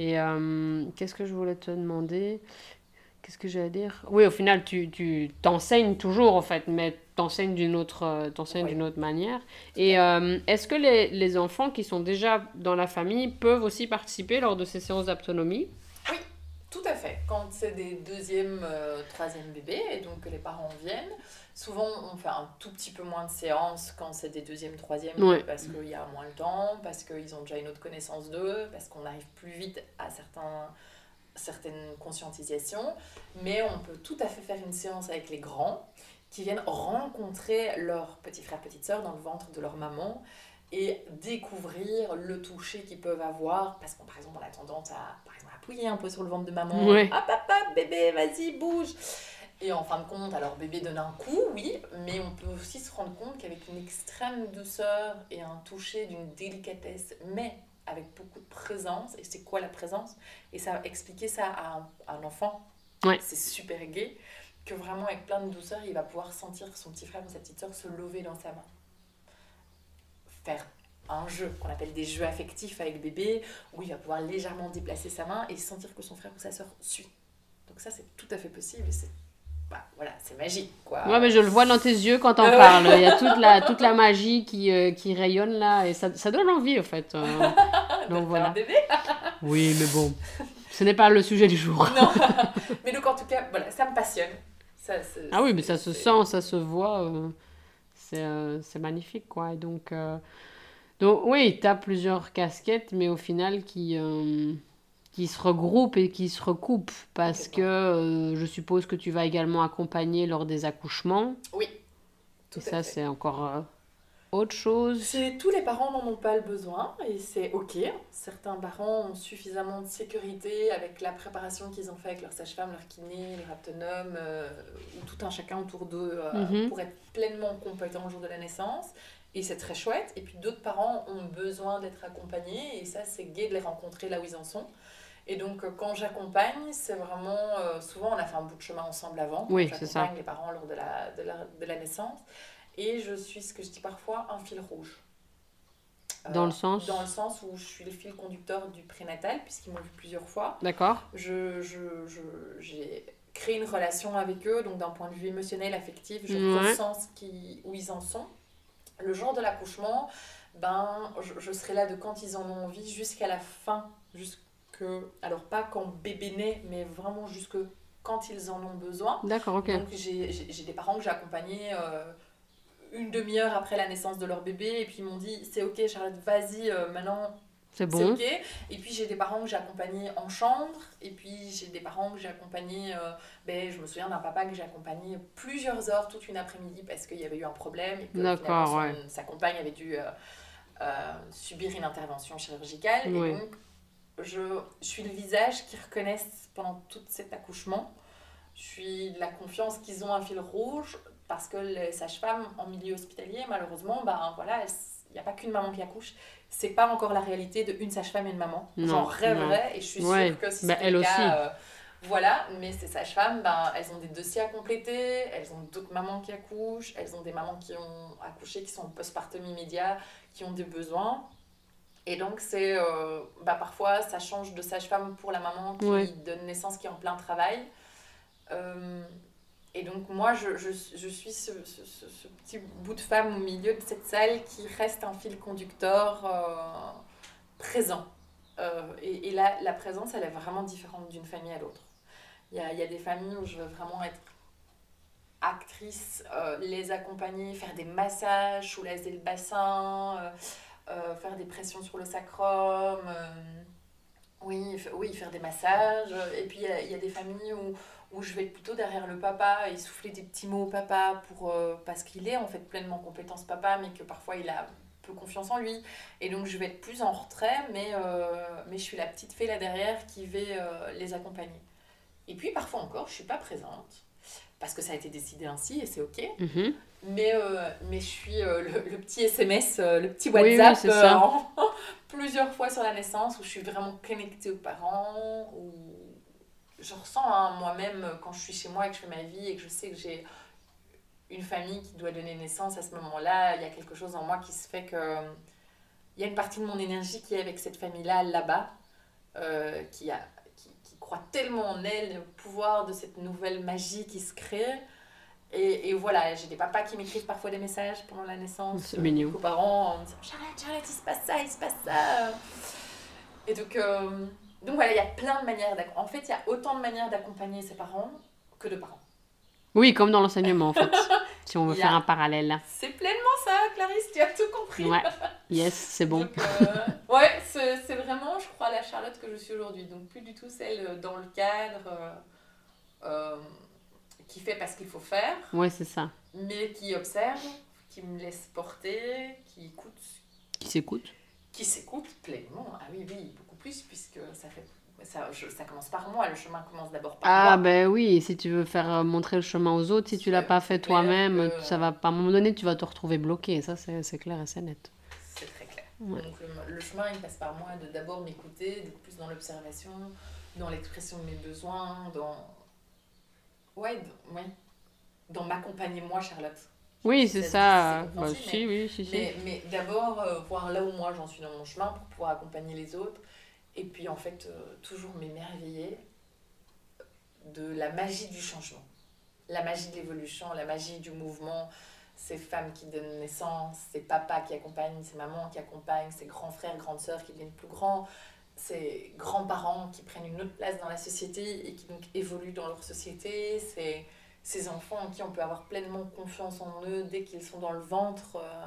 Et euh, qu'est-ce que je voulais te demander? Qu'est-ce que j'allais dire? Oui, au final, tu, tu t'enseignes toujours, en fait, mais t'enseignes d'une autre, euh, t'enseignes Oui, d'une autre manière. tout à Et fait. euh, est-ce que les, les enfants qui sont déjà dans la famille peuvent aussi participer lors de ces séances d'autonomie? Oui, tout à fait. Quand c'est des deuxième, euh, troisième bébés, et donc que les parents viennent, souvent on fait un tout petit peu moins de séances quand c'est des deuxième, troisième, Ouais, parce qu'il y a moins le temps, parce qu'ils ont déjà une autre connaissance d'eux, parce qu'on arrive plus vite à certains, certaines conscientisations. Mais on peut tout à fait faire une séance avec les grands qui viennent rencontrer leurs petits frères, petites sœurs dans le ventre de leur maman et découvrir le toucher qu'ils peuvent avoir. Parce qu'on, par exemple, on a tendance à, par exemple, appuyer un peu sur le ventre de maman. ouais, Ah, papa, bébé, vas-y, bouge. Et en fin de compte, alors bébé donne un coup, oui, mais on peut aussi se rendre compte qu'avec une extrême douceur et un toucher d'une délicatesse, mais avec beaucoup de présence, et c'est quoi la présence? Et ça va expliquer ça à un, à un enfant, ouais. c'est super gai, que vraiment avec plein de douceur, il va pouvoir sentir son petit frère ou sa petite soeur se lever dans sa main. Faire un jeu qu'on appelle des jeux affectifs avec bébé, où il va pouvoir légèrement déplacer sa main et sentir que son frère ou sa soeur suit. Donc ça, c'est tout à fait possible et c'est bah, voilà, c'est magique, quoi. Ouais, mais je le vois dans tes yeux quand t'en Euh, parles. Il y a toute la, toute la magie qui, euh, qui rayonne là, et ça, ça donne envie, en fait. euh. de Donc faire un voilà. bébé. Oui, mais bon, ce n'est pas le sujet du jour. Non. Mais donc, en tout cas, voilà, ça me passionne. Ça, c'est, Ah oui, mais c'est, ça se c'est- sent, ça se voit. euh, c'est euh, c'est magnifique, quoi. Et donc, euh, donc oui, tu as plusieurs casquettes, mais au final qui, euh, qui se regroupent et qui se recoupent. Parce que Complètement. euh, je suppose que tu vas également accompagner lors des accouchements. Oui, Et tout à ça, fait. c'est encore euh, autre chose. C'est, tous les parents n'en ont pas le besoin et c'est ok. Certains parents ont suffisamment de sécurité avec la préparation qu'ils ont fait avec leur sage-femme, leur kiné, leur aptonome, euh, ou tout un chacun autour d'eux euh, Mhm. pour être pleinement compétent au jour de la naissance. Et c'est très chouette. Et puis d'autres parents ont besoin d'être accompagnés et ça, c'est gai de les rencontrer là où ils en sont. Et donc, euh, quand j'accompagne, c'est vraiment. Euh, souvent, on a fait un bout de chemin ensemble avant, quand Oui, c'est ça. j'accompagne les parents lors de la, de, la, de la naissance. Et je suis ce que je dis parfois un fil rouge. Dans Euh, le Dans le sens. sens où je suis le fil conducteur du prénatal, puisqu'ils m'ont vu plusieurs fois. D'accord. Je, je, je, j'ai créé une relation avec eux, donc d'un point de vue émotionnel, affectif, je Ouais. ressens ce qui, où ils en sont. Le jour de l'accouchement, ben, je, je serai là de quand ils en ont envie jusqu'à la fin. Jusque, alors, pas quand bébé naît, mais vraiment jusque quand ils en ont besoin. D'accord, ok. Donc, j'ai, j'ai, j'ai des parents que j'ai accompagnés euh, une demi-heure après la naissance de leur bébé, et puis ils m'ont dit c'est ok, Charlotte, vas-y, euh, maintenant C'est c'est bon. ok. Et puis j'ai des parents que j'ai accompagnés en chambre, et puis j'ai des parents que j'ai accompagnés. Euh, ben, je me souviens d'un papa que j'ai accompagné plusieurs heures, toute une après-midi, parce qu'il y avait eu un problème et que finalement D'accord, son, ouais. sa compagne avait dû euh, euh, subir une intervention chirurgicale. Et Oui. donc je, je suis le visage qu'ils reconnaissent pendant tout cet accouchement. Je suis de la confiance qu'ils ont un fil rouge, parce que les sages-femmes en milieu hospitalier, malheureusement, ben voilà, il n'y a pas qu'une maman qui accouche. C'est pas encore la réalité de une sage-femme et une maman. J'en Non, non. rêverais et je suis Ouais. sûre que si Bah, c'était le elle aussi. cas, euh, voilà. Mais ces sages-femmes, ben, elles ont des dossiers à compléter, elles ont d'autres mamans qui accouchent, elles ont des mamans qui ont accouché, qui sont en postpartum immédiat, qui ont des besoins. Et donc, c'est euh, bah, parfois, ça change de sage-femme pour la maman Ouais. qui donne naissance, qui est en plein travail. Euh, et donc, moi, je, je, je suis ce, ce, ce, ce petit bout de femme au milieu de cette salle qui reste un fil conducteur euh, présent. Euh, et, et là, la présence, elle est vraiment différente d'une famille à l'autre. Il y a, il y a des familles où je veux vraiment être actrice, euh, les accompagner, faire des massages, soulager le bassin, euh, euh, faire des pressions sur le sacrum. euh, oui, f- oui, faire des massages. Et puis, il y a, il y a des familles où, où je vais être plutôt derrière le papa et souffler des petits mots au papa pour, euh, parce qu'il est en fait pleinement compétent ce papa, mais que parfois il a peu confiance en lui. Et donc, je vais être plus en retrait, mais, euh, mais je suis la petite fée là derrière qui va euh, les accompagner. Et puis, parfois encore, je suis pas présente, parce que ça a été décidé ainsi et c'est ok. Mhm. Mais, euh, mais je suis euh, le, le petit S M S, euh, le petit Oui, oui, WhatsApp c'est euh, ça. en- plusieurs fois sur la naissance où je suis vraiment connectée aux parents, où je ressens hein, moi-même euh, quand je suis chez moi et que je fais ma vie et que je sais que j'ai une famille qui doit donner naissance à ce moment-là, il y a quelque chose en moi qui se fait que euh, il y a une partie de mon énergie qui est avec cette famille-là là-bas euh, qui, a, qui, qui croit tellement en elle, le pouvoir de cette nouvelle magie qui se crée. Et, et voilà, j'ai des papas qui m'écrivent parfois des messages pendant la naissance. C'est mignon. Aux parents en me disant Charlotte, Charlotte, il se passe ça, il se passe ça. Et donc, euh, donc voilà, il y a plein de manières d'accompagner. En fait, il y a autant de manières d'accompagner ses parents que de parents. Oui, comme dans l'enseignement, en fait. Si on veut Il y a- faire un parallèle. C'est pleinement ça, Clarisse, tu as tout compris. Ouais. Yes, c'est bon. Donc, euh, ouais, c'est c'est vraiment, je crois, la Charlotte que je suis aujourd'hui. Donc, plus du tout celle dans le cadre euh, euh, qui fait parce qu'il faut faire, Ouais, c'est ça. mais qui observe, qui me laisse porter, qui écoute, Qui s'écoute. qui s'écoute pleinement. Ah oui, oui, beaucoup plus, puisque ça fait. Ça, je- ça commence par moi, le chemin commence d'abord par Ah, moi. ben oui, si tu veux faire euh, montrer le chemin aux autres, si tu l'as C'est- pas c'est fait clair toi-même, que- ça va pas. À un moment donné, tu vas te retrouver bloqué. Ça, c'est c'est clair et c'est net. C'est très clair. Ouais. Donc le, le chemin, il passe par moi de d'abord m'écouter, d'être plus dans l'observation, dans l'expression de mes besoins, dans... Ouais, dans, ouais. dans m'accompagner moi, Charlotte. Oui, Si c'est se dit, ça. c'est Bah, compréhensible, si, oui, si, si. Mais, mais d'abord, euh, voir là où moi j'en suis dans mon chemin pour pouvoir accompagner les autres. Et puis en fait, euh, toujours m'émerveiller de la magie du changement. La magie de l'évolution, la magie du mouvement. Ces femmes qui donnent naissance, ces papas qui accompagnent, ces mamans qui accompagnent, ces grands frères, grandes sœurs qui deviennent plus grands, ces grands-parents qui prennent une autre place dans la société et qui donc évoluent dans leur société, ces, ces enfants en qui on peut avoir pleinement confiance en eux dès qu'ils sont dans le ventre euh,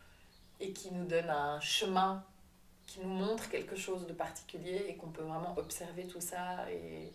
et qui nous donnent un chemin, qui nous montre quelque chose de particulier et qu'on peut vraiment observer tout ça et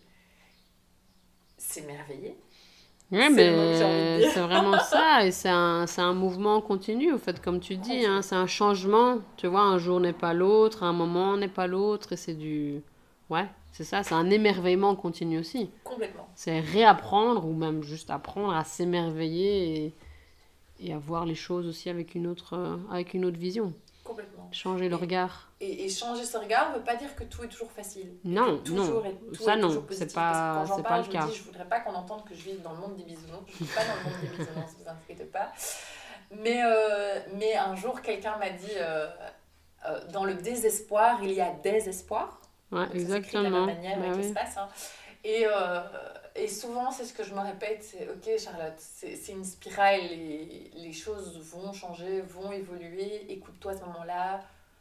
s'émerveiller. Oui, C'est le mot que j'ai envie de mais dire. c'est vraiment ça, et c'est un, c'est un mouvement continu, au fait, comme tu dis, hein, c'est un changement, tu vois, un jour n'est pas l'autre, un moment n'est pas l'autre, et c'est du... Ouais, c'est ça, c'est un émerveillement continu aussi. Complètement. C'est réapprendre, ou même juste apprendre à s'émerveiller et, et à voir les choses aussi avec une autre, euh, avec une autre vision. Complètement. Changer le Et- regard. Et, et changer ce regard ne veut pas dire que tout est toujours facile. Non, Que toujours non, est- tout ça est non, toujours c'est positif. pas- Parce que quand j'en c'est pas parle, le je cas. me dis, je voudrais pas qu'on entende que je vis dans le monde des bisounours. Je ne suis pas dans le monde des bisounours, ne vous inquiétez pas. Mais, euh, mais un jour, quelqu'un m'a dit, euh, euh, dans le désespoir, il y a des espoirs. Ouais, Donc, ça s'écrit de la exactement. même manière Bah avec oui. l'espace. Hein. Et, euh, et souvent, c'est ce que je me répète, c'est ok Charlotte, c'est c'est une spirale, et les choses vont changer, vont évoluer, écoute-toi à ce moment-là.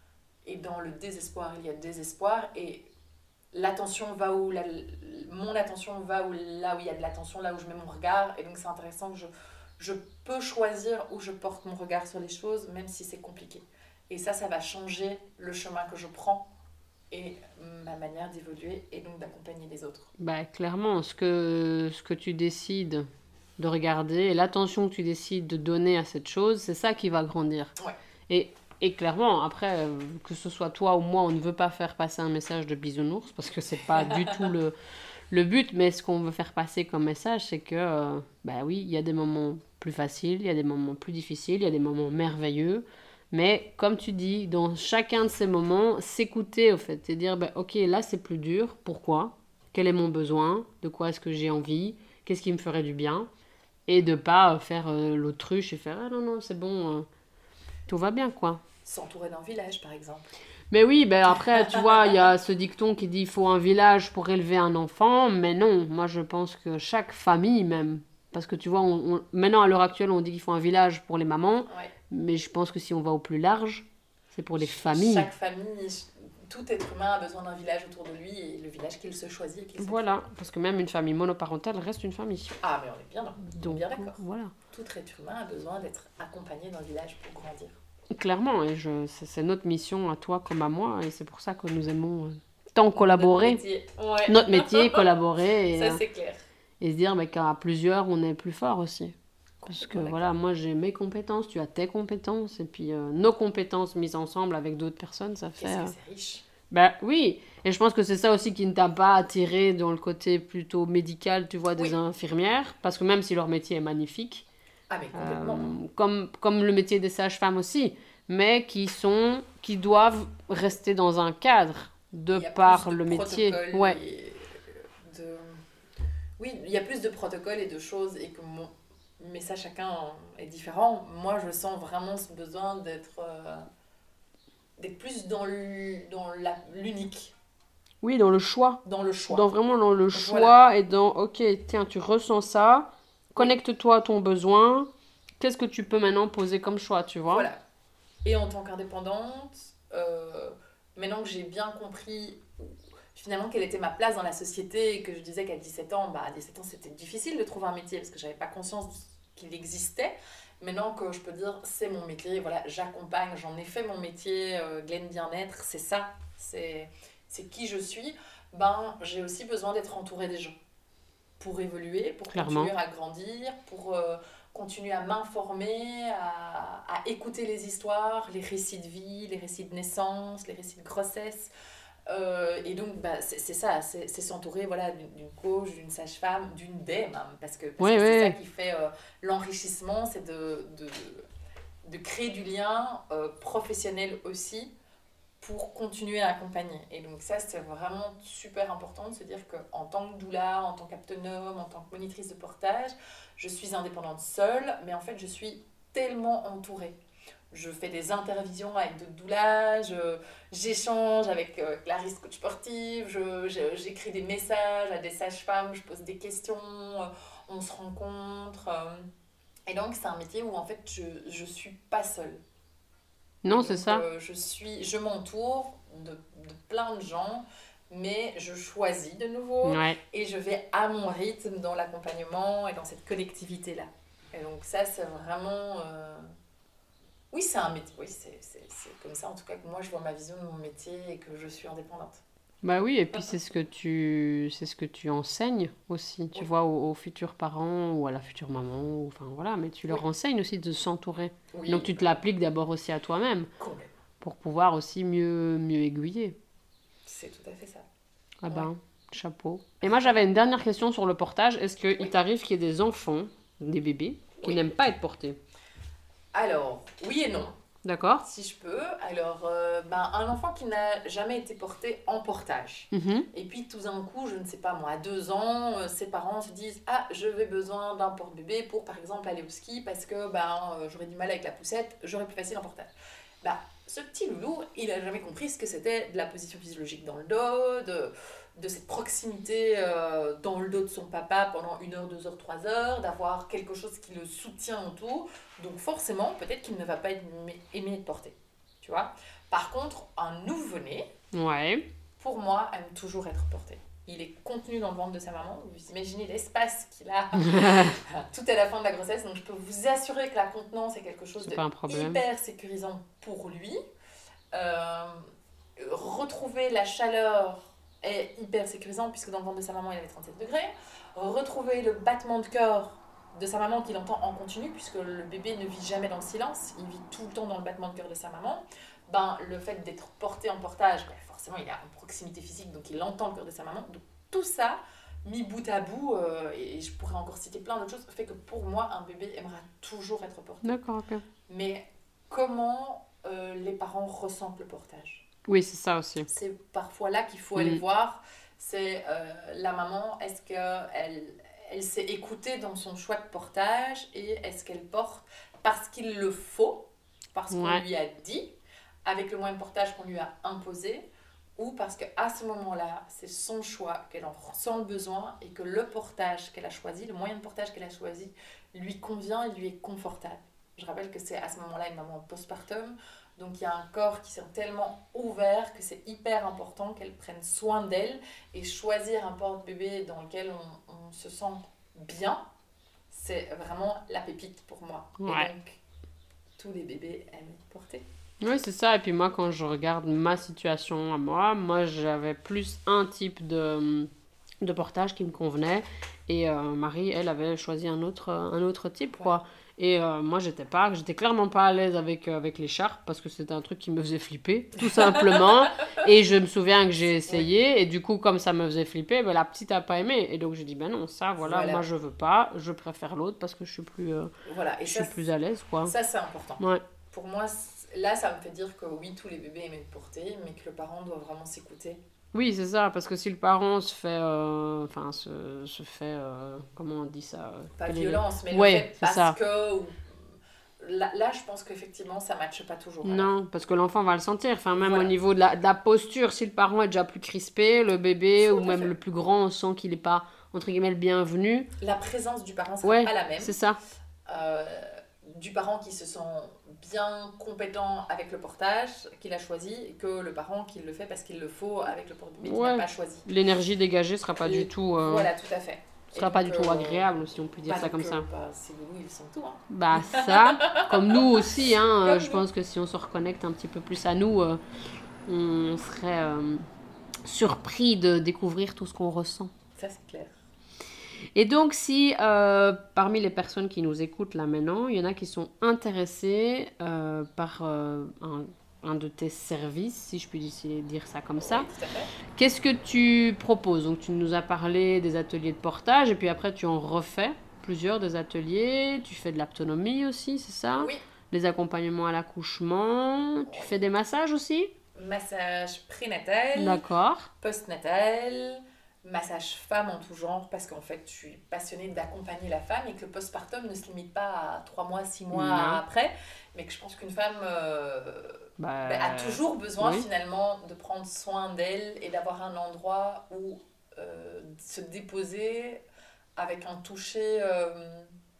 Et dans le désespoir, il y a désespoir. Et l'attention va où la, mon attention va où, là où il y a de l'attention, là où je mets mon regard. Et donc c'est intéressant que je, je peux choisir où je porte mon regard sur les choses, même si c'est compliqué. Et ça, ça va changer le chemin que je prends et ma manière d'évoluer et donc d'accompagner les autres. Bah, clairement, ce que, ce que tu décides de regarder et l'attention que tu décides de donner à cette chose, c'est ça qui va grandir. Ouais. Et, et clairement, après, euh, que ce soit toi ou moi, on ne veut pas faire passer un message de bisounours parce que c'est pas du tout le, le but, mais ce qu'on veut faire passer comme message, c'est que, euh, bah oui, il y a des moments plus faciles, il y a des moments plus difficiles, il y a des moments merveilleux. Mais comme tu dis, dans chacun de ces moments, s'écouter au fait et dire, bah, ok, là c'est plus dur, pourquoi? Quel est mon besoin? De quoi est-ce que j'ai envie? Qu'est-ce qui me ferait du bien? Et de pas euh, faire euh, l'autruche et faire, ah non, non, c'est bon, euh, tout va bien, quoi. S'entourer d'un village, par exemple. Mais oui, ben après, tu vois, il y a ce dicton qui dit il faut un village pour élever un enfant, mais non, moi je pense que chaque famille même, parce que tu vois, on, on- maintenant à l'heure actuelle on dit qu'il faut un village pour les mamans, Ouais. mais je pense que si on va au plus large, c'est pour les familles. Chaque famille, tout être humain a besoin d'un village autour de lui et le village qu'il se choisit et qu'il s'accepte. Voilà, parce que même une famille monoparentale reste une famille. Ah, mais on est bien, on est Donc, bien d'accord. voilà. Tout être humain a besoin d'être accompagné dans le village pour grandir. Clairement, et je, c'est, c'est notre mission à toi comme à moi, et c'est pour ça que nous aimons euh, tant collaborer. Notre métier, ouais. Notre métier, collaborer, et, Ça, euh, c'est clair. et se dire bah, qu'à plusieurs, on est plus fort aussi. Parce que Complètement voilà, moi j'ai mes compétences, tu as tes compétences, et puis euh, nos compétences mises ensemble avec d'autres personnes, ça fait... Qu'est-ce euh, que c'est riche. Bah oui, et je pense que c'est ça aussi qui ne t'a pas attiré dans le côté plutôt médical, tu vois, des Oui. infirmières, parce que même si leur métier est magnifique, Ah, mais complètement. euh, comme, comme le métier des sages-femmes aussi, mais qui sont, qui doivent rester dans un cadre de Il y a par plus de le métier. protocoles Ouais. et de... Oui, il y a plus de protocoles et de choses et que mon... Mais ça, chacun est différent. Moi, je sens vraiment ce besoin d'être... euh, d'être plus dans l'u- dans la- l'unique. Oui, dans le choix. Dans le choix. Dans vraiment dans le choix Voilà. et dans, ok, tiens, tu ressens ça, connecte-toi à ton besoin, qu'est-ce que tu peux maintenant poser comme choix, tu vois? Voilà. Et en tant qu'indépendante, euh, maintenant que j'ai bien compris finalement quelle était ma place dans la société et que je disais qu'à dix-sept ans, bah, à dix-sept ans c'était difficile de trouver un métier parce que j'avais pas conscience qu'il existait. Maintenant que je peux dire c'est mon métier, voilà, j'accompagne, j'en ai fait mon métier, euh, Glenn Bien-être, c'est ça, c'est, c'est qui je suis, ben j'ai aussi besoin d'être entourée des gens pour évoluer, pour Clairement. continuer à grandir, pour euh, continuer à m'informer, à, à écouter les histoires, les récits de vie, les récits de naissance, les récits de grossesse. Euh, et donc, bah, c'est c'est ça, c'est c'est s'entourer voilà, d'une d'une coach, d'une sage-femme, d'une D E même, parce que parce Oui, que c'est ça oui, qui fait euh, l'enrichissement, c'est de, de, de créer du lien euh, professionnel aussi pour continuer à accompagner. Et donc ça, c'est vraiment super important de se dire qu'en tant que doula, en tant qu'aptonome, en tant que monitrice de portage, je suis indépendante seule, mais en fait, je suis tellement entourée. Je fais des intervisions avec d'autres doulas, je- j'échange avec euh, Clarisse, coach sportive, je- je- j'écris des messages à des sages-femmes, je pose des questions, euh, on se rencontre. euh. Et donc, c'est un métier où en fait, je ne suis pas seule. Et non, c'est donc, ça. euh, je suis, je m'entoure de, de plein de gens, mais je choisis de nouveau Ouais. et je vais à mon rythme dans l'accompagnement et dans cette connectivité-là. Et donc, ça, c'est vraiment. euh, Oui, c'est un métier. Oui, c'est c'est- c'est comme ça, en tout cas, que moi, je vois ma vision de mon métier et que je suis indépendante. Bah oui, et puis c'est ce que tu c'est ce que tu enseignes aussi, tu Oui, vois, aux, aux futurs parents ou à la future maman, ou, enfin voilà, mais tu oui, leur enseignes aussi de s'entourer. Donc oui, tu te bah, l'appliques d'abord aussi à toi-même complètement. pour pouvoir aussi mieux mieux aiguiller. C'est tout à fait ça. Ah Ouais. ben, chapeau. Et moi j'avais une dernière question sur le portage. Est-ce qu'il Oui, t'arrive qu'il y ait des enfants, des bébés, qui oui. n'aiment pas être portés? Alors, oui et non. D'accord? Si je peux. Alors, euh, ben, un enfant qui n'a jamais été porté en portage. Mhm. Et puis tout d'un coup, je ne sais pas moi, à deux ans, euh, ses parents se disent ah, je vais besoin d'un porte-bébé pour par exemple aller au ski parce que ben, euh, j'aurais du mal avec la poussette, j'aurais plus facile en portage. Bah, ce petit loulou, il a jamais compris ce que c'était de la position physiologique dans le dos, de, de cette proximité euh, dans le dos de son papa pendant une heure, deux heures, trois heures, d'avoir quelque chose qui le soutient autour. Donc forcément, peut-être qu'il ne va pas aimer, aimer être porté. Tu vois. Par contre, un nouveau-né, Ouais. pour moi, aime toujours être porté. Il est contenu dans le ventre de sa maman. Vous imaginez l'espace qu'il a tout à la fin de la grossesse. Donc, je peux vous assurer que la contenance est quelque chose C'est de pas un problème. hyper sécurisant pour lui. Euh, retrouver la chaleur est hyper sécurisant puisque dans le ventre de sa maman, il avait trente-sept degrés. Retrouver le battement de cœur de sa maman qu'il entend en continu puisque le bébé ne vit jamais dans le silence. Il vit tout le temps dans le battement de cœur de sa maman. Ben, le fait d'être porté en portage, ben, forcément, il est en proximité physique, donc il entend le cœur de sa maman. Donc, tout ça, mis bout à bout, euh, et je pourrais encore citer plein d'autres choses, fait que pour moi, un bébé aimera toujours être porté. D'accord, ok. Mais comment euh, les parents ressentent le portage? Oui, c'est ça aussi. C'est parfois là qu'il faut aller Mm. voir. C'est euh, la maman, est-ce qu'elle elle s'est écoutée dans son choix de portage et est-ce qu'elle porte parce qu'il le faut, parce qu'on Ouais. lui a dit, avec le moyen de portage qu'on lui a imposé, ou parce qu'à ce moment-là, c'est son choix, qu'elle en ressent le besoin et que le portage qu'elle a choisi, le moyen de portage qu'elle a choisi, lui convient et lui est confortable. Je rappelle que c'est à ce moment-là une maman postpartum, donc il y a un corps qui s'est tellement ouvert que c'est hyper important qu'elle prenne soin d'elle et choisir un porte-bébé dans lequel on, on se sent bien, c'est vraiment la pépite pour moi. Ouais. Et donc, tous les bébés aiment être portés. Oui, c'est ça. Et puis moi, quand je regarde ma situation à moi, moi, j'avais plus un type de, de portage qui me convenait. Et euh, Marie, elle avait choisi un autre, un autre type, Ouais. quoi. Et euh, moi, j'étais pas, j'étais clairement pas à l'aise avec, euh, avec l'écharpe parce que c'était un truc qui me faisait flipper, tout simplement. Et je me souviens que j'ai essayé. Et du coup, comme ça me faisait flipper, ben, la petite a pas aimé. Et donc, j'ai dit, ben non, ça, voilà, Voilà. moi, je veux pas. Je préfère l'autre parce que je suis plus, euh, Voilà, et je ça, suis plus à l'aise, quoi. ça c'est important. Ouais. Pour moi, c'est- là, ça me fait dire que oui, tous les bébés aiment être portés, mais que le parent doit vraiment s'écouter. Oui, c'est ça, parce que si le parent se fait, euh, enfin, se, se fait, euh, comment on dit ça euh, Pas quel est le- violence, mais Ouais, le fait c'est parce ça. que ou, là, là, je pense qu'effectivement, ça ne matche pas toujours. Alors. Non, parce que l'enfant va le sentir. Enfin, même Voilà. au niveau de la, de la posture, si le parent est déjà plus crispé, le bébé Tout ou à même fait. le plus grand, on sent qu'il n'est pas, entre guillemets, le bienvenu. La présence du parent ne sera Ouais, pas la même. c'est ça. Euh, du parent qui se sent bien compétent avec le portage qu'il a choisi que le parent qui le fait parce qu'il le faut avec le porte-bébé qu'il Ouais. n'a pas choisi. L'énergie dégagée sera pas Et du tout, euh, Voilà, tout à fait. sera Et pas donc, du tout euh, agréable, si on peut dire bah, ça comme donc, ça. euh, bah, ces loulous, ils sont tout. Hein. Bah ça, comme nous aussi, hein, euh, Comme je nous. pense que si on se reconnecte un petit peu plus à nous, euh, on serait euh, surpris de découvrir tout ce qu'on ressent. Ça, c'est clair. Et donc, si euh, parmi les personnes qui nous écoutent là maintenant, il y en a qui sont intéressées euh, par euh, un, un de tes services, si je puis dire ça comme ça, Oui, tout à fait. qu'est-ce que tu proposes? Donc, tu nous as parlé des ateliers de portage et puis après, tu en refais plusieurs des ateliers. Tu fais de l'autonomie aussi, c'est ça? Oui, Les accompagnements à l'accouchement. Tu fais des massages aussi? massage prénatal, D'accord. postnatal, massage femme en tout genre, parce qu'en fait, je suis passionnée d'accompagner la femme et que le postpartum ne se limite pas à trois mois, six mois Non. après, mais que je pense qu'une femme euh, Bah, bah, a toujours besoin oui. finalement de prendre soin d'elle et d'avoir un endroit où euh, se déposer avec un toucher euh,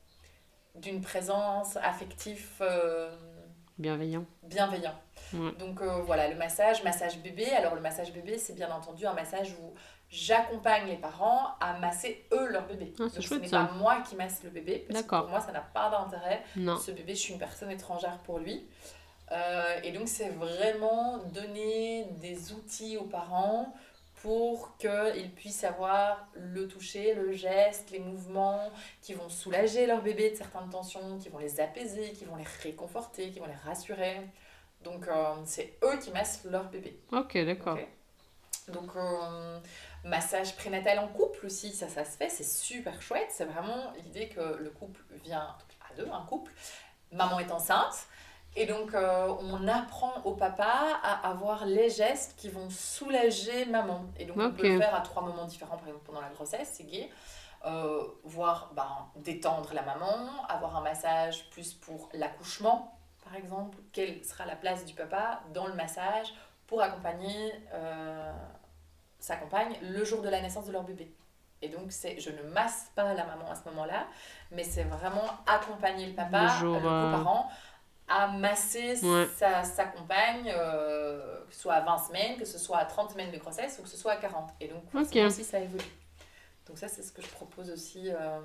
d'une présence affective euh, bienveillant. bienveillant. Ouais. Donc euh, voilà, le massage, massage bébé. Alors le massage bébé, c'est bien entendu un massage où j'accompagne les parents à masser eux leur bébé. Ah, c'est Donc ce chouette, n'est ça. pas moi qui masse le bébé, parce que D'accord. pour moi ça n'a pas d'intérêt. Non. Ce bébé, je suis une personne étrangère pour lui. Euh, et donc c'est vraiment donner des outils aux parents pour qu'ils puissent avoir le toucher, le geste, les mouvements qui vont soulager leur bébé de certaines tensions, qui vont les apaiser, qui vont les réconforter, qui vont les rassurer. Donc euh, c'est eux qui massent leur bébé. Ok, d'accord. Ok. Donc euh, massage prénatal en couple aussi, ça, ça se fait, c'est super chouette. C'est vraiment l'idée que le couple vient à deux, un couple. Maman est enceinte. Et donc, euh, on apprend au papa à avoir les gestes qui vont soulager maman. Et donc, on Ok. peut le faire à trois moments différents, par exemple pendant la grossesse, c'est gai. Euh, voir ben, détendre la maman, avoir un massage plus pour l'accouchement, par exemple. Quelle sera la place du papa dans le massage pour accompagner euh, sa compagne le jour de la naissance de leur bébé. Et donc, c'est, je ne masse pas la maman à ce moment-là, mais c'est vraiment accompagner le papa, Le jour, le euh, coparent, à masser Ouais. sa, sa compagne, euh, que ce soit à vingt semaines, que ce soit à trente semaines de grossesse ou que ce soit à quarante. Et donc, forcément Ok. aussi, ça évolue. Donc ça, c'est ce que je propose aussi euh,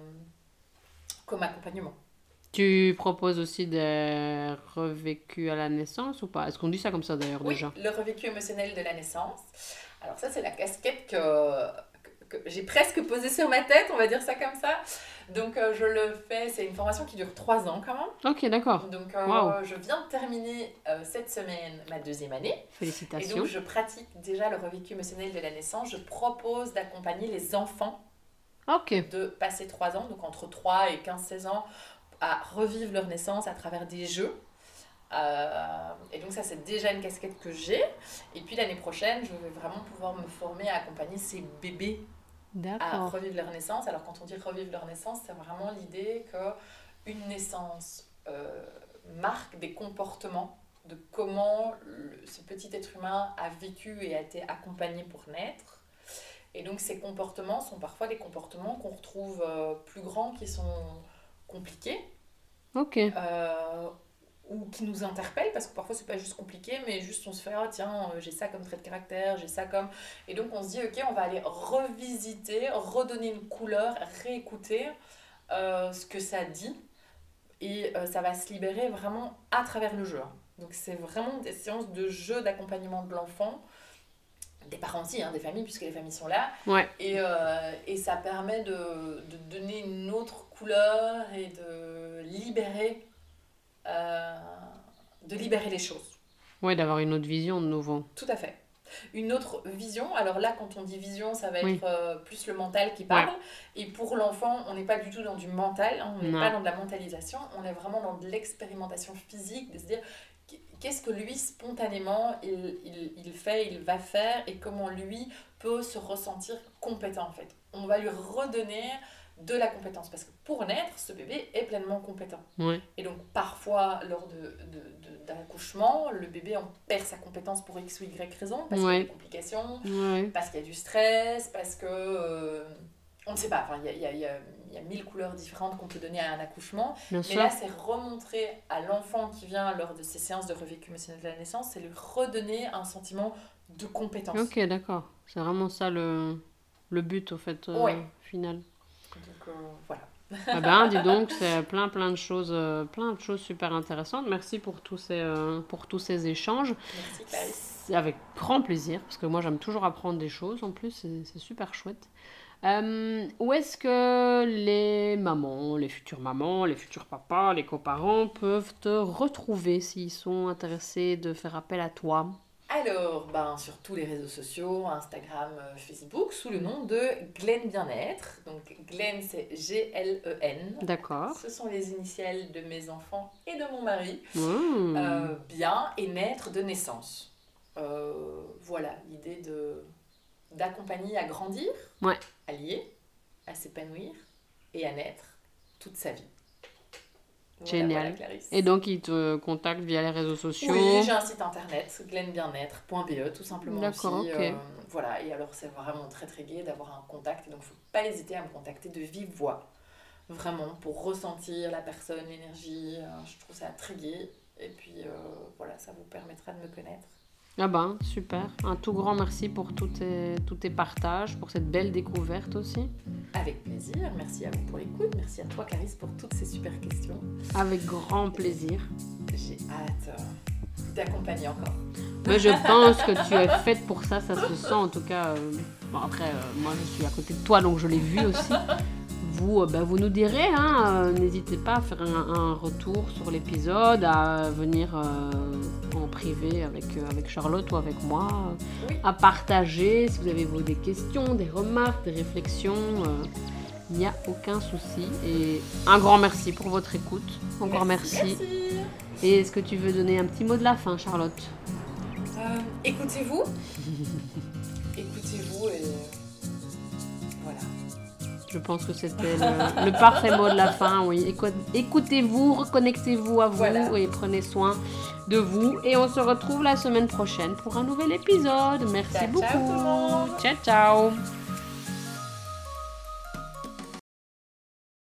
comme accompagnement. Tu proposes aussi des revécus à la naissance ou pas? Est-ce qu'on dit ça comme ça d'ailleurs Oui, déjà? le revécu émotionnel de la naissance. Alors ça, c'est la casquette que, que, que j'ai presque posée sur ma tête, on va dire ça comme ça. Donc euh, je le fais, c'est une formation qui dure trois ans quand même. Ok, d'accord. Donc euh, Waouh. je viens de terminer euh, cette semaine ma deuxième année. Et Félicitations. donc je pratique déjà le revécu émotionnel de la naissance. Je propose d'accompagner les enfants Ok. de passer trois ans, donc entre trois et quinze seize ans, à revivre leur naissance à travers des jeux. Euh, et donc ça, c'est déjà une casquette que j'ai. Et puis l'année prochaine, je vais vraiment pouvoir me former à accompagner ces bébés à D'accord. revivre leur naissance. Alors quand on dit revivre leur naissance, c'est vraiment l'idée qu'une naissance euh, marque des comportements, de comment le- ce petit être humain a vécu et a été accompagné pour naître. Et donc ces comportements sont parfois des comportements qu'on retrouve euh, plus grands, qui sont compliqués, Ok. euh, ou qui nous interpellent, parce que parfois c'est pas juste compliqué, mais juste on se fait, ah tiens, euh, j'ai ça comme trait de caractère, j'ai ça comme... Et donc on se dit, ok, on va aller revisiter, redonner une couleur, réécouter euh, ce que ça dit, et euh, ça va se libérer vraiment à travers le jeu. Hein. Donc c'est vraiment des séances de jeu d'accompagnement de l'enfant, des parents aussi, hein, des familles, puisque les familles sont là, Ouais. et, euh, et ça permet de, de donner une autre couleur et de libérer, euh, de libérer les choses. Ouais, d'avoir une autre vision de nouveau. Tout à fait. Une autre vision, alors là, quand on dit vision, ça va être Oui. euh, plus le mental qui parle. Et pour l'enfant, on n'est pas du tout dans du mental, hein, on n'est Non. pas dans de la mentalisation, on est vraiment dans de l'expérimentation physique, de se dire qu'est-ce que lui, spontanément, il, il, il fait, il va faire, et comment lui peut se ressentir compétent, en fait. On va lui redonner de la compétence. Parce que pour naître, ce bébé est pleinement compétent. Ouais. Et donc, parfois, lors de, de, de, d'accouchement, le bébé en perd sa compétence pour X ou Y raison, parce qu'il y a Ouais. des complications, Ouais. parce qu'il y a du stress, parce que... euh, on ne sait pas, enfin, il y a, il y, a, il y, a, il y a mille couleurs différentes qu'on peut donner à un accouchement. Bien Mais sûr. là, c'est remontrer à l'enfant qui vient lors de ces séances de revécu émotionnel de la naissance, c'est lui redonner un sentiment de compétence. Ok, d'accord. C'est vraiment ça le, le but, au fait, euh, Ouais. final. Donc, euh, voilà. Ah ben, dis donc, c'est plein, plein de choses, euh, plein de choses super intéressantes. Merci pour tous ces, euh, pour tous ces échanges. Merci Clarisse. C'est avec grand plaisir, parce que moi, j'aime toujours apprendre des choses. En plus, c'est, c'est super chouette. Euh, où est-ce que les mamans, les futures mamans, les futurs papas, les coparents peuvent te retrouver s'ils sont intéressés de faire appel à toi? Alors, ben, sur tous les réseaux sociaux, Instagram, euh, Facebook, sous le nom de Glen Bien-être. Donc, Glen, c'est G L E N. D'accord. Ce sont les initiales de mes enfants et de mon mari. Mmh. Euh, bien et naître de naissance. Euh, voilà, l'idée de d'accompagner à grandir, Ouais. à lier, à s'épanouir et à naître toute sa vie. Voilà, Génial. voilà, Clarisse. Et donc, ils te contactent via les réseaux sociaux. Oui, j'ai un site internet, glen bien être point b e, tout simplement. D'accord, aussi. ok. Euh, voilà, et alors c'est vraiment très très gai d'avoir un contact, donc il ne faut pas hésiter à me contacter de vive voix, vraiment, pour ressentir la personne, l'énergie. Euh, je trouve ça très gai, et puis euh, voilà, ça vous permettra de me connaître. Ah ben, super. Un tout grand merci pour tous tes, tous tes partages, pour cette belle découverte aussi. Avec plaisir, merci à vous pour l'écoute, merci à toi Clarisse pour toutes ces super questions. Avec grand plaisir. J'ai hâte euh, d'accompagner encore. Mais je pense que tu es faite pour ça, ça se sent en tout cas. euh, Bon, après, euh, moi je suis à côté de toi, donc je l'ai vu aussi. Vous, euh, ben, vous nous direz, hein, euh, n'hésitez pas à faire un, un retour sur l'épisode, à venir euh, en privé avec, euh, avec Charlotte ou avec moi, euh, Oui. à partager si vous avez vos, des questions, des remarques, des réflexions. euh, Il n'y a aucun souci. Et un grand merci pour votre écoute. Encore merci. Merci. Et est-ce que tu veux donner un petit mot de la fin, Charlotte? Euh, écoutez-vous. Écoutez-vous et voilà. Je pense que c'était le, le parfait mot de la fin, oui. Écoute- Écoutez-vous, reconnectez-vous à vous Voilà. et prenez soin de vous. Et on se retrouve la semaine prochaine pour un nouvel épisode. Merci Ciao, ciao beaucoup. tout le monde. Ciao, ciao.